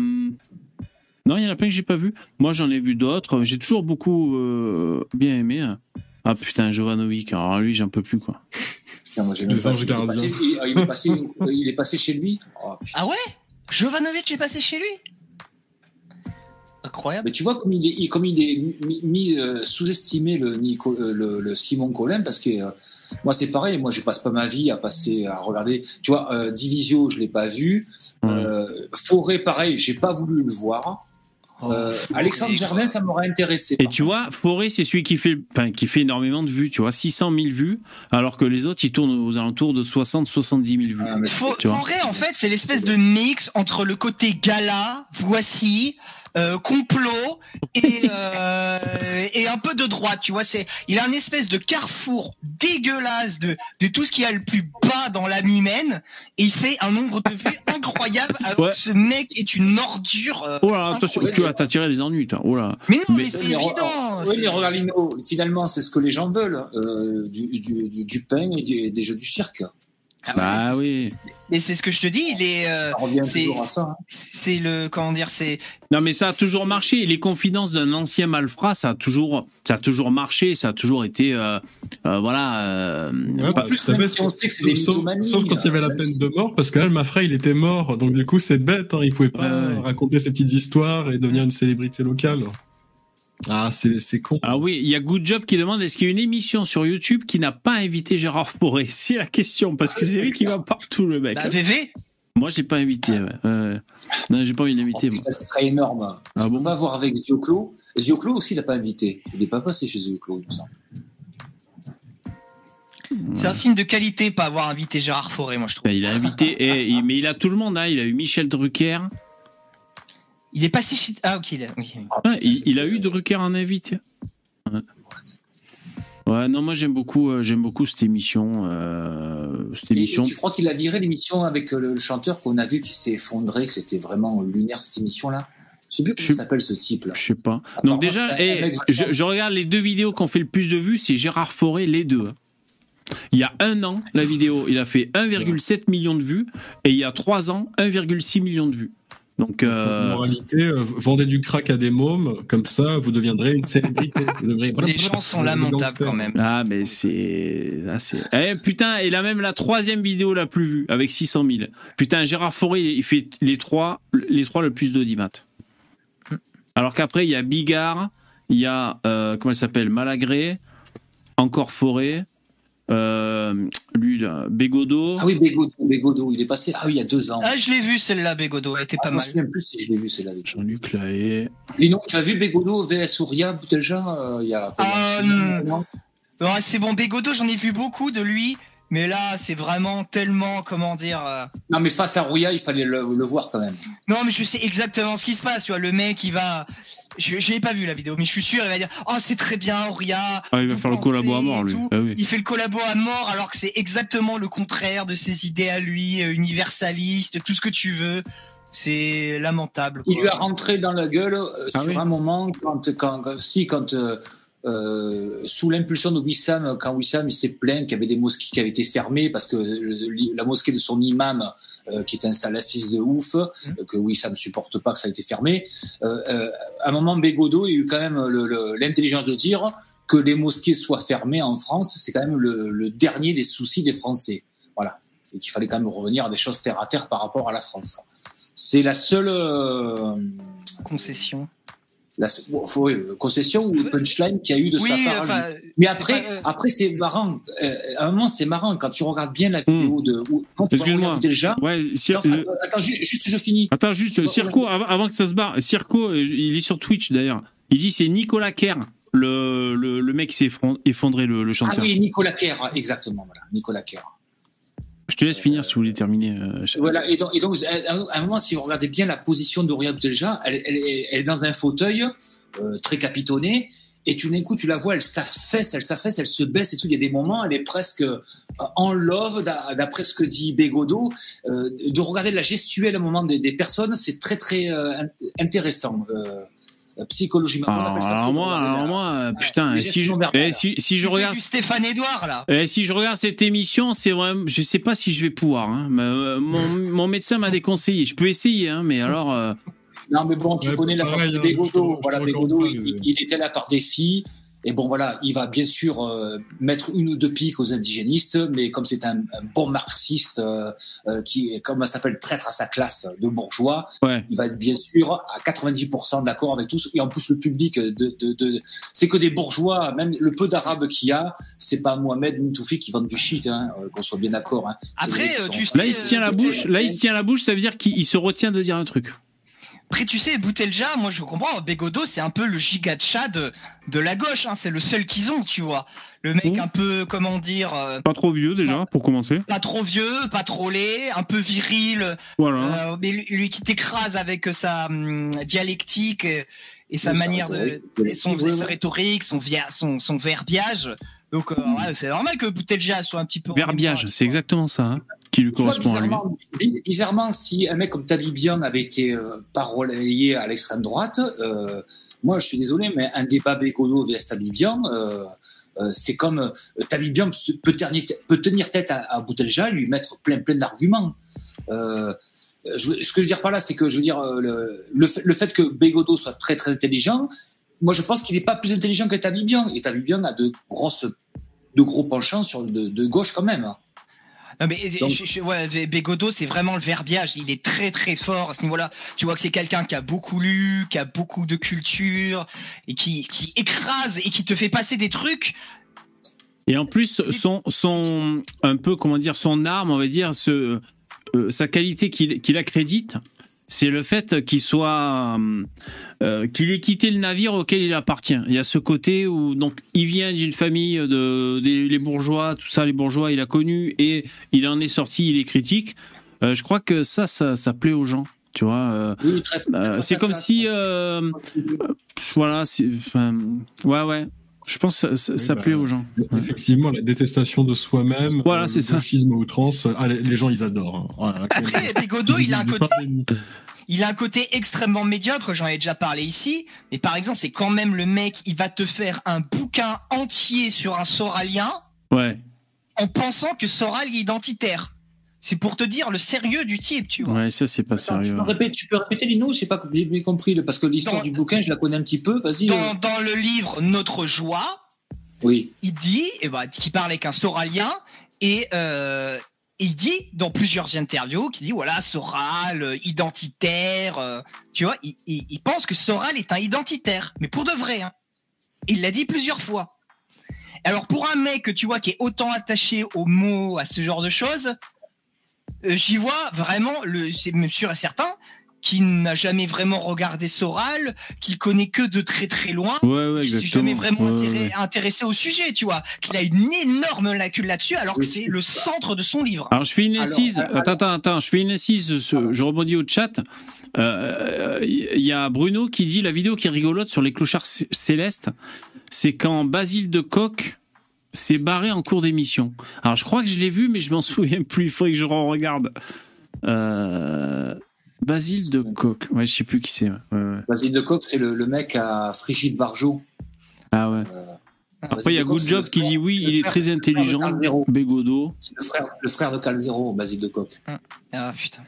Non, il y en a plein que j'ai pas vu. Moi, j'en ai vu d'autres. J'ai toujours beaucoup euh, bien aimé. Ah putain, Jovanovic. Alors lui, j'en peux plus quoi. Putain, moi, j'ai Les même pas- anges il est gardiens. passé- Il, il est passé, il est passé chez lui. Oh, putain. Ah ouais, Jovanovic est passé chez lui. Incroyable. Mais tu vois comme il est, comme il est mis, mis, euh, sous-estimé le, Nico, euh, le, le Simon Collin parce que euh, moi c'est pareil, moi je passe pas ma vie à passer à regarder. Tu vois, euh, Divisio je l'ai pas vu, euh, Forêt pareil, j'ai pas voulu le voir. Euh, Alexandre Jardin, ça m'aurait intéressé. Et par tu contre. vois, Forêt, c'est celui qui fait, enfin, qui fait énormément de vues, tu vois, six cent mille vues, alors que les autres, ils tournent aux alentours de soixante à soixante-dix mille vues. Ah, mais Fo- tu vois. Forêt, en fait, c'est l'espèce de mix entre le côté gala, voici, euh, complot et, euh, et un peu de droite, tu vois. C'est, il a un espèce de carrefour dégueulasse de, de tout ce qui a le plus bas dans l'âme humaine et il fait un nombre de vues incroyable alors Ouais. que ce mec est une ordure. euh, Oh là, attention, incroyable. tu vas t'attirer des ennuis, toi. Oh là. Mais non, mais, Mais- c'est Oui, mais évident. re- Oui, c'est- mais regarde, Lino, finalement, c'est ce que les gens veulent, euh, du, du, du, du pain et du- des jeux du cirque. Ah ouais, Bah mais oui. c'est- mais c'est ce que je te dis, il est, euh, Ça revient c'est- toujours à ça. hein. c'est le, comment dire, c'est, Non, mais ça a toujours marché. Les confidences d'un ancien malfrat, ça a toujours, ça a toujours marché. Ça a toujours été, euh, euh, voilà. euh, Ouais, pas- bah, plus, tout à même fait, si on sait que c'est des sauf, mythomanies, sauf quand il y avait la euh, peine de mort, parce que là, le Mafra, il était mort, donc du coup, c'est bête, hein, il pouvait pas Ouais, ouais. raconter ses petites histoires et devenir une célébrité locale. Ah, c'est c'est con. Ah oui, il y a Good Job qui demande est-ce qu'il y a une émission sur YouTube qui n'a pas invité Gérard Forêt? C'est la question, parce que c'est lui qui va partout, le mec. la V V. Moi, je l'ai pas invité. Ouais. Ouais. Non, j'ai pas envie de Oh, l'inviter, moi. putain, ça serait énorme. Ah On bon va voir avec Zioclo. Zioclo aussi, il n'a pas invité. Il n'est pas passé chez Zioclo, il me semble. C'est un signe de qualité, pas avoir invité Gérard Forêt, moi je trouve. Ben, il a invité, et, il- mais il a tout le monde. Hein. Il a eu Michel Drucker. Il est passé chez. Ah, ok. Il a, oui. Ouais, il, il a eu Drucker en invité. Ouais. Ouais, non, moi j'aime beaucoup, euh, j'aime beaucoup cette émission. Euh, cette émission. Et, et tu crois qu'il a viré l'émission avec le, le chanteur qu'on a vu qui s'est effondré, que c'était vraiment lunaire cette émission-là? Je sais plus comment Je- s'appelle ce type-là. Je sais pas. Apparemment, Donc déjà, c'est un eh, mec je, vachement- je regarde les deux vidéos qui ont fait le plus de vues, c'est Gérard Fauré, les deux. Il y a un an, la vidéo, il a fait un virgule sept million de vues, et il y a trois ans, un virgule six million de vues. Donc, euh, Moralité, euh, vendez du crack à des mômes, comme ça, vous deviendrez une célébrité. Vous deviendrez- Les gens sont lamentables quand même. ah, mais c'est. Ah, c'est... Eh, putain, il a même la troisième vidéo la plus vue, avec six cent mille. Putain, Gérard Fauré, il fait les trois, les trois le plus d'audimat. Alors qu'après, il y a Bigard, il y a, euh, comment elle s'appelle, Malagré, encore Fauré, euh, lui, là, Bégodeau. Ah oui, Bégodeau, Bégodeau, il est passé. Ah oui, il y a deux ans. Ah, je l'ai vu celle-là, Bégodeau, elle était Ah, pas je me mal. souviens plus si je l'ai vu celle-là. avec toi. Jean-Luc Lahaye. Lino, tu as vu Bégodeau V S Ouria Boutelja euh, il y a. Ah, non, non. Ouais, c'est bon, Bégodeau, j'en ai vu beaucoup de lui, mais là, c'est vraiment tellement, comment dire. euh, Non, mais face à Rouya, il fallait le, le voir quand même. Non, mais je sais exactement ce qui se passe, tu vois. Le mec, il va. Je, je l'ai pas vu la vidéo, mais je suis sûr, il va dire oh c'est très bien, Auria. Ah, il va vous faire le pensez collabo à mort, et lui. tout. Ah oui. Il fait le collabo à mort, alors que c'est exactement le contraire de ses idées à lui, euh, universaliste, tout ce que tu veux. C'est lamentable. Il quoi. lui a rentré dans la gueule euh, Ah sur oui. un moment quand, quand, quand- si quand euh, euh, sous l'impulsion de Wissam, quand Wissam il s'est plaint qu'il y avait des mosquées qui avaient été fermées parce que le- la mosquée de son imam, euh, qui est un salafiste de ouf, euh, que Wissam supporte pas que ça a été fermé. Euh, euh, à un moment, Bégodeau il a eu quand même le- le- l'intelligence de dire que les mosquées soient fermées en France, c'est quand même le, le dernier des soucis des Français. Voilà, et qu'il fallait quand même revenir à des choses terre à terre par rapport à la France. C'est la seule euh, Concession. la bon, faut, euh, concession ou punchline qu'il y a eu de Oui, sa part. enfin. Mais c'est après, pas, euh, après c'est marrant. Euh, à un moment, c'est marrant quand tu regardes bien la vidéo de. Où, quand tu vas Excuse-moi. regarder déjà. Ouais, Cir- Attends, euh, attends, attends, ju- juste, je finis. Attends, juste, Circo, avant, avant que ça se barre, Circo, euh, il est sur Twitch d'ailleurs. Il dit c'est Nicolas Kerr, le, le, le mec qui s'est effron- effondré, le, le Ah chanteur. oui, Nicolas Kerr, exactement, voilà, Nicolas Kerr. Je te laisse finir si vous voulez terminer. euh, je- Voilà, et donc, et donc, à à un moment, si vous regardez bien la position de Rouya Boutelja, elle, elle, elle, elle est dans un fauteuil euh, très capitonné, et tout d'un coup, tu la vois, elle s'affaisse, elle s'affaisse, elle se baisse et tout. Il y a des moments, elle est presque euh, en love, d'a- d'après ce que dit Bégodeau. Euh, de regarder la gestuelle à un moment des, des personnes, c'est très, très euh, int- intéressant. Euh, psychologiquement, on Alors, appelle ça. alors c'est de moi, regarder alors la- moi, euh, putain, les si gestes je, non verbales. eh, si, si je tu fais regarde, du Stéphane Edouard là. eh, si je regarde cette émission, c'est vraiment, je sais pas si je vais pouvoir. Hein. Mais, euh, mon, mon médecin m'a déconseillé. Je peux essayer, hein, mais alors. euh, Non, mais bon, tu Ouais, connais la pareil, partie hein, Bégodeau. je te- je Voilà, te Bégodeau, recommande il, pas, il était là par défi. Et bon, voilà, il va bien sûr euh, mettre une ou deux piques aux indigénistes, mais comme c'est un, un bon marxiste euh, euh, qui est, comme ça s'appelle, traître à sa classe de bourgeois, ouais. il va être bien sûr à quatre-vingt-dix pour cent d'accord avec tous. Et en plus, le public, de, de, de, c'est que des bourgeois, même le peu d'arabes qu'il y a, c'est pas Mohamed ni Toufi qui vendent du shit, hein, euh, qu'on soit bien d'accord. Hein. C'est Après, des mecs qui euh, sont- tu sais, Là, il se tient la euh, bouche. Là, il se tient la bouche. Ça veut dire qu'il il se retient de dire un truc. Après, tu sais, Boutelja, moi je comprends, Bégodeau, c'est un peu le giga de chat de, de la gauche, hein, c'est le seul qu'ils ont, tu vois. Le mec Mmh. un peu, comment dire, euh, Pas trop vieux déjà, pour commencer. pas trop vieux, pas trop laid, un peu viril, Voilà. euh, mais lui, lui qui t'écrase avec sa hum, dialectique et, et sa Oui, sa manière de, rhétorique. et son, Oui, oui. sa rhétorique, son, via, son, son verbiage. Donc, euh, ouais, c'est normal que Boutelja soit un petit peu. en Verbiage, mémoire, c'est exactement ça hein, qui lui Tu vois, correspond à lui. bizarrement, bi- bizarrement, si un mec comme Tabibian avait été euh, pas relayé à l'extrême droite, euh, moi je suis désolé, mais un débat Bégodeau vs Tabibian, euh, euh, c'est comme euh, Tabibian peut tenir, peut tenir tête à, à Boutelja, lui mettre plein plein d'arguments. Euh, je, ce que je veux dire par là, c'est que je veux dire euh, le, le, fait, le fait que Bégodeau soit très très intelligent, moi je pense qu'il n'est pas plus intelligent que Tabibian, et Tabibian a de grosses, de gros penchants sur de, de gauche quand même. Non mais Donc- je, je, ouais, Bégodeau, c'est vraiment le verbiage. Il est très très fort à ce niveau-là. Tu vois que c'est quelqu'un qui a beaucoup lu, qui a beaucoup de culture et qui, qui écrase et qui te fait passer des trucs. Et en plus, son, son, un peu, comment dire, son arme, on va dire, ce, euh, sa qualité qu'il qu'il accrédite, c'est le fait qu'il soit, euh, qu'il ait quitté le navire auquel il appartient. Il y a ce côté où, donc, il vient d'une famille de, des les bourgeois, tout ça, les bourgeois, il a connu et il en est sorti, il est critique. Euh, je crois que ça, ça, ça plaît aux gens. Tu vois, euh, Oui, très, très, euh, très c'est comme classe. si, euh, voilà, enfin, ouais, ouais. Je pense que ça, ça, Oui, ça bah, plaît aux gens. Ouais. Effectivement, la détestation de soi-même, Voilà, euh, c'est le ça. gauchisme à outrance, ah, les, les gens ils adorent. Hein. Voilà, Après, Bégodeau, il a un du côté, pain béni. il a un côté extrêmement médiocre, j'en ai déjà parlé ici, mais par exemple, c'est quand même le mec, il va te faire un bouquin entier sur un soralien Ouais. en pensant que Soral est identitaire. C'est pour te dire le sérieux du type, tu vois. Ouais, ça, c'est pas Attends, tu, sérieux. peux répéter, tu peux répéter, Lino? Je sais pas bien bien compris, le- parce que l'histoire Dans- du bouquin, je la connais un petit peu. Vas-y. Dans, euh. dans le livre Notre Joie, Oui. il dit, eh ben, qu'il parle avec un soralien, et euh, il dit, dans plusieurs interviews, qu'il dit, voilà, Soral, euh, identitaire, euh, tu vois, il, il, il pense que Soral est un identitaire, mais pour de vrai, hein. Il l'a dit plusieurs fois. Alors, pour un mec, tu vois, qui est autant attaché aux mots, à ce genre de choses, euh, j'y vois vraiment, le, c'est même sûr et certain, qui n'a jamais vraiment regardé Soral, qu'il connaît que de très très loin, Ouais, ouais, qui s'est exactement. jamais vraiment Ouais, inséré- ouais. intéressé au sujet, tu vois, qu'il a une énorme lacune là-dessus, alors que Oui, c'est c'est le ça. centre de son livre. Alors je fais une Alors, incise. alors- attends, attends, attends. Je fais une incise. ce- Je rebondis au chat. Il euh, y y a Bruno qui dit la vidéo qui est rigolote sur les clochards cé- célestes, c'est quand Basile de Kock s'est barré en cours d'émission. Alors je crois que je l'ai vu, mais je m'en souviens plus. Il faudrait que je re-regarde. Euh, Basile de Kock. Ouais, je sais plus qui c'est. Ouais, ouais. Basile de Kock, c'est le, le mec à Frigide Barjot. Ah ouais. Après il y a Basile de Kock, Good c'est Job le qui frère- dit oui, le il est frère- très le frère de intelligent. Calzero. Bégodeau. C'est le frère, le frère de Calzero, Basile de Kock. Ah putain.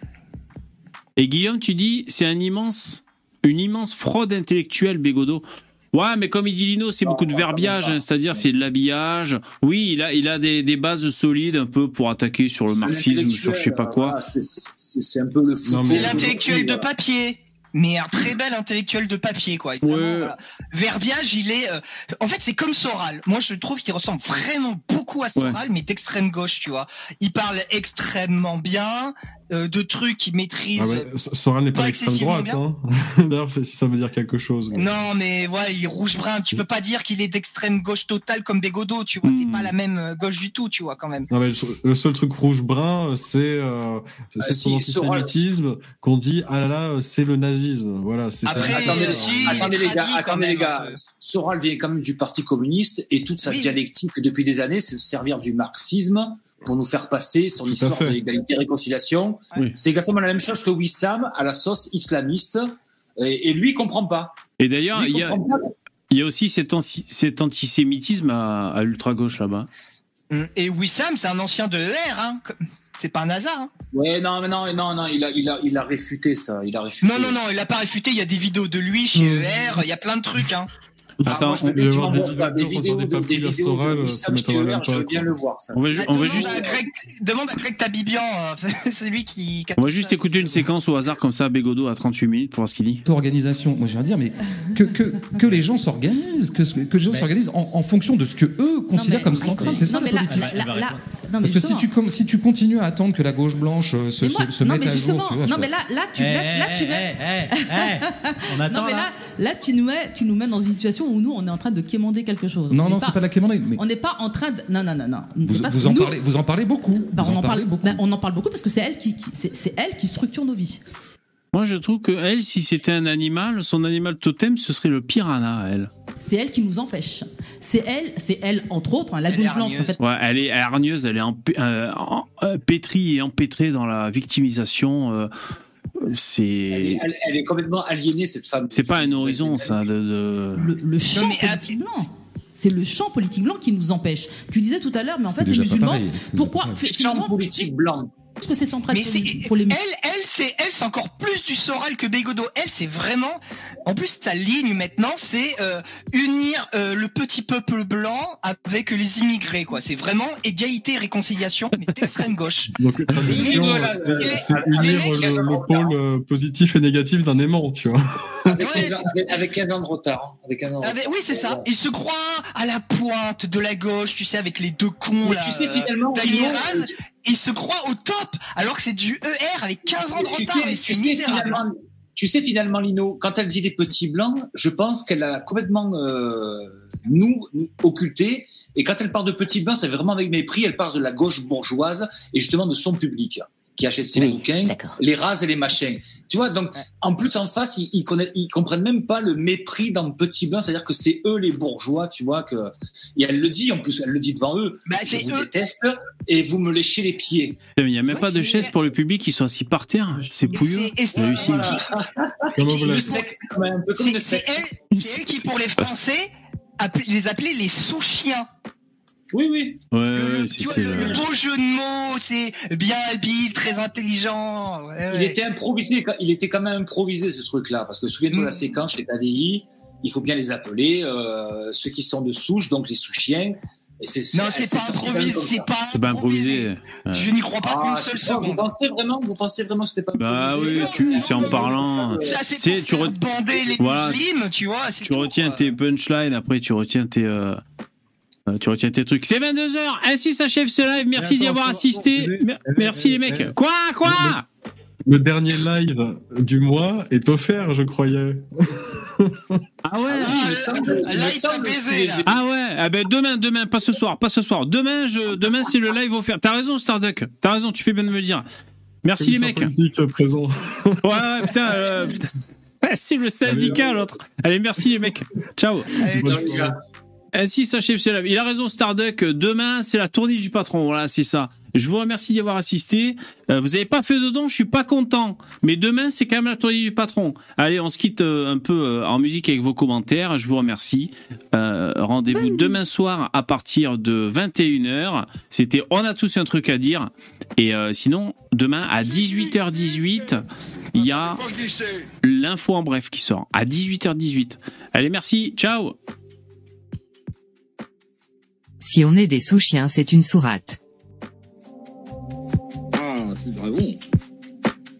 Et Guillaume, tu dis, c'est un immense, une immense fraude intellectuelle, Bégodeau. Ouais, mais comme il dit Lino, c'est Non, beaucoup de non, verbiage, non, non. hein, c'est-à-dire c'est de l'habillage. Oui, il a, il a des, des bases solides un peu pour attaquer sur le marxisme, sur je sais pas quoi. Voilà, c'est- c'est c'est un peu le fou. Non, mais- C'est Euh, l'intellectuel de papier. Mais un très bel intellectuel de papier, quoi. Vraiment, Ouais. voilà. Verbiage, il est. euh, En fait, c'est comme Soral. Moi, je trouve qu'il ressemble vraiment beaucoup à Soral, mais d'extrême gauche, tu vois. Il parle extrêmement bien, euh, de trucs qu'il maîtrise. Ah ouais, S- Soral n'est pas Pas l'extrême excessivement droite. Hein. D'ailleurs, c'est- si ça veut dire quelque chose. mais- Non, mais ouais, il est rouge-brun. Tu peux pas dire qu'il est d'extrême gauche totale comme Bégodeau, tu vois. Hmm. C'est pas la même euh, gauche du tout, tu vois, quand même. Non, mais le- le seul truc rouge-brun, c'est euh, c'est son si, Soral- antisémitisme qu'on dit ah là là, c'est le nazisme. Voilà, c'est ça. Après, Attendez, euh, si, attendez il est les gars, tradit quand attendez même, les gars. un peu. Soral vient quand même du Parti communiste et toute sa Oui. dialectique depuis des années, c'est de se servir du marxisme pour nous faire passer son Tout à histoire fait. de l'égalité et réconciliation. Oui. C'est exactement la même chose que Wissam à la sauce islamiste. Et, et lui, il comprend pas. Et d'ailleurs, Lui, il y a, comprend pas. il y a aussi cet, anti- cet antisémitisme à, à l'ultra-gauche là-bas. Et Wissam, c'est un ancien de E R, hein. C'est pas un hasard, hein. Ouais, non, mais non, non, non, il a, il a, il a réfuté ça. Il a réfuté. Non, non, non, il a pas réfuté. Il y a des vidéos de lui chez E R. Il y a plein de trucs, hein. Ah, Attends, moi, je veux il va y bien que tu avoir des m'envoies ça, des vidéos vidéos sur des de, des papilles à vidéos Soral, de ça Wissam m'étonnerait Schiller, même je veux pas, bien quoi. le voir, ça. On va, ju- on va demande, juste, à Greg, demande à Greg Tabibian, euh, c'est lui qui. qui a on va tout juste ça. écouter une séquence au hasard comme ça à Bégodeau à trente-huit minutes pour voir ce qu'il dit. Organisation. Moi, je viens dire, mais que, que, que les gens s'organisent, que, ce- que les gens Mais- s'organisent en, en fonction de ce que eux considèrent mais- comme mais- central. C'est ça non, la mais là- politique. là- là- là- non, mais Parce que si justement. tu, com- si tu continues à attendre que la gauche blanche euh, se, Mais moi- se, se non, mette mais à justement, jour, tu vois, je non, vois. mais là, là, tu, Eh, là, là, tu mets. On attend Non, mais là. là, là, tu nous mets, tu nous mets dans une situation où nous, on est en train de quémander quelque chose. Non, On non, n'est c'est pas de la quémander. Mais On n'est pas en train de. Non, non, non, non. vous, C'est pas- vous en nous- parlez, vous en parlez beaucoup. bah, Vous on en parlez parle beaucoup. bah, on en parle beaucoup parce que c'est elle qui, qui- c'est, c'est elle qui structure nos vies. Moi, je trouve que elle, si c'était un animal, son animal totem, ce serait le piranha, elle. C'est elle qui nous empêche. C'est elle, c'est elle entre autres, hein, la Elle est gauche blanche en hargneuse. fait. Ouais, elle est hargneuse, elle est empê- euh, en- euh, pétrie et empêtrée dans la victimisation. euh, Elle c'est est, elle- elle est complètement aliénée, cette femme. c'est pas un horizon, ça. De, de- Le, le champ mais, politique blanc. C'est le champ politique blanc qui nous empêche. Tu disais tout à l'heure, mais en C'est fait, les déjà pas musulmans, pareil, c'est déjà pourquoi pas pareil. finalement, Champ politique blanc. parce que c'est central Mais pour, c'est, les- pour les elle, elle, c'est, elle, c'est encore plus du Soral que Bégodeau. Elle, c'est vraiment, en plus, sa ligne maintenant, c'est euh, unir euh, le petit peuple blanc avec les immigrés, quoi. C'est vraiment égalité et réconciliation, mais d'extrême gauche. Donc, traduction, voilà, c'est les- c'est les unir mecs, le, ils ont- le pôle euh, positif et négatif d'un aimant, tu vois. Avec, Ouais. quinze ans, avec, avec quinze ans de retard. hein. Avec quinze ans de Ah, ben retard. oui, c'est ça. Il se croit à la pointe de la gauche, tu sais, avec les deux cons, Mais là. tu sais, euh, finalement, Dany Lino, Raz, il se croit au top, alors que c'est du E R avec quinze ans de tu retard, sais, mais tu c'est sais misérable. finalement, tu sais finalement, Lino, quand elle dit des petits blancs, je pense qu'elle a complètement euh, nous, nous occulté. Et quand elle parle de petits blancs, c'est vraiment avec mépris. Elle parle de la gauche bourgeoise et justement de son public qui achète ses Oui, bouquins, d'accord. les rases et les machins. Tu vois, donc, en plus, en face, ils, ils, connaissent, ils comprennent même pas le mépris dans Petit Blanc, c'est-à-dire que c'est eux les bourgeois, tu vois, que, et elle le dit, en plus, elle le dit devant eux. Bah, je c'est vous eux. déteste, et vous me léchez les pieds. Il n'y a même Ouais, pas de c'est- chaise pour le public, ils sont assis par terre. C'est pouilleux. Et c'est- J'ai réussi. Voilà. Comment vous Une l'avez secte, quand même, un peu comme C'est une c'est secte. elle, c'est elle qui, pour les Français, appe- les appelait les sous-chiens. Oui, oui. Ouais, Le- ouais, tu vois, c'était. le, euh, le beau jeu de mots, c'est bien habile, très intelligent. Ouais, Il ouais. était improvisé, il était quand même improvisé, ce truc-là, parce que souviens-toi Mm. la séquence chez T D I, il faut bien les appeler, euh, ceux qui sont de souche, donc les sous-chiens. Et c'est, Non, c'est pas sorti quand même improvisé, comme c'est ça. pas C'est pas improvisé. Ouais. Je n'y crois pas Ah, une seule tu vois, vous seconde. pensez vraiment, vous pensez vraiment que c'était pas Bah improvisé oui, tu, c'est en parlant. Ça, c'est Tu sais, pour tu, faire re- bander les Voilà. muslims, tu vois. c'est tu tout, retiens quoi. tes punchlines, après tu retiens tes. euh, euh, Tu retiens tes trucs. C'est vingt-deux heures. Ainsi s'achève ce live. Merci d'y attends, avoir attends, assisté. attends, Mer- attends, Merci les attends, mecs. attends. Quoi Quoi Le dernier live du mois est offert, je croyais. Ah ouais. Ah, me là, semble- il là, me il t'a semble baisé, que là. j'ai- Ah ouais, ah ben demain, demain, pas ce soir, pas ce soir. Demain, je, demain c'est le live offert. T'as raison, Starduck. T'as raison, tu fais bien de me le dire. Merci les Commissaire mecs. politique euh, présent. Ouais, ouais, putain. euh, putain. Ouais, c'est le syndicat l'autre. Allez, merci les mecs. Ciao. Allez, Bonne ciao. soirée. Ainsi s'achève ce live. Il a raison, Starduck. Demain, c'est la tournée du patron. Voilà, c'est ça. Je vous remercie d'y avoir assisté. Euh, vous avez pas fait de don, je suis pas content. Mais demain, c'est quand même la tournée du patron. Allez, on se quitte euh, un peu euh, en musique avec vos commentaires. Je vous remercie. Euh, rendez-vous demain soir à partir de vingt et une heures. C'était On a tous un truc à dire. Et euh, sinon, demain à dix-huit heures dix-huit, il y a l'info en bref qui sort. À dix-huit heures dix-huit. Allez, merci. Ciao. Si on est des sous-chiens, c'est une sourate.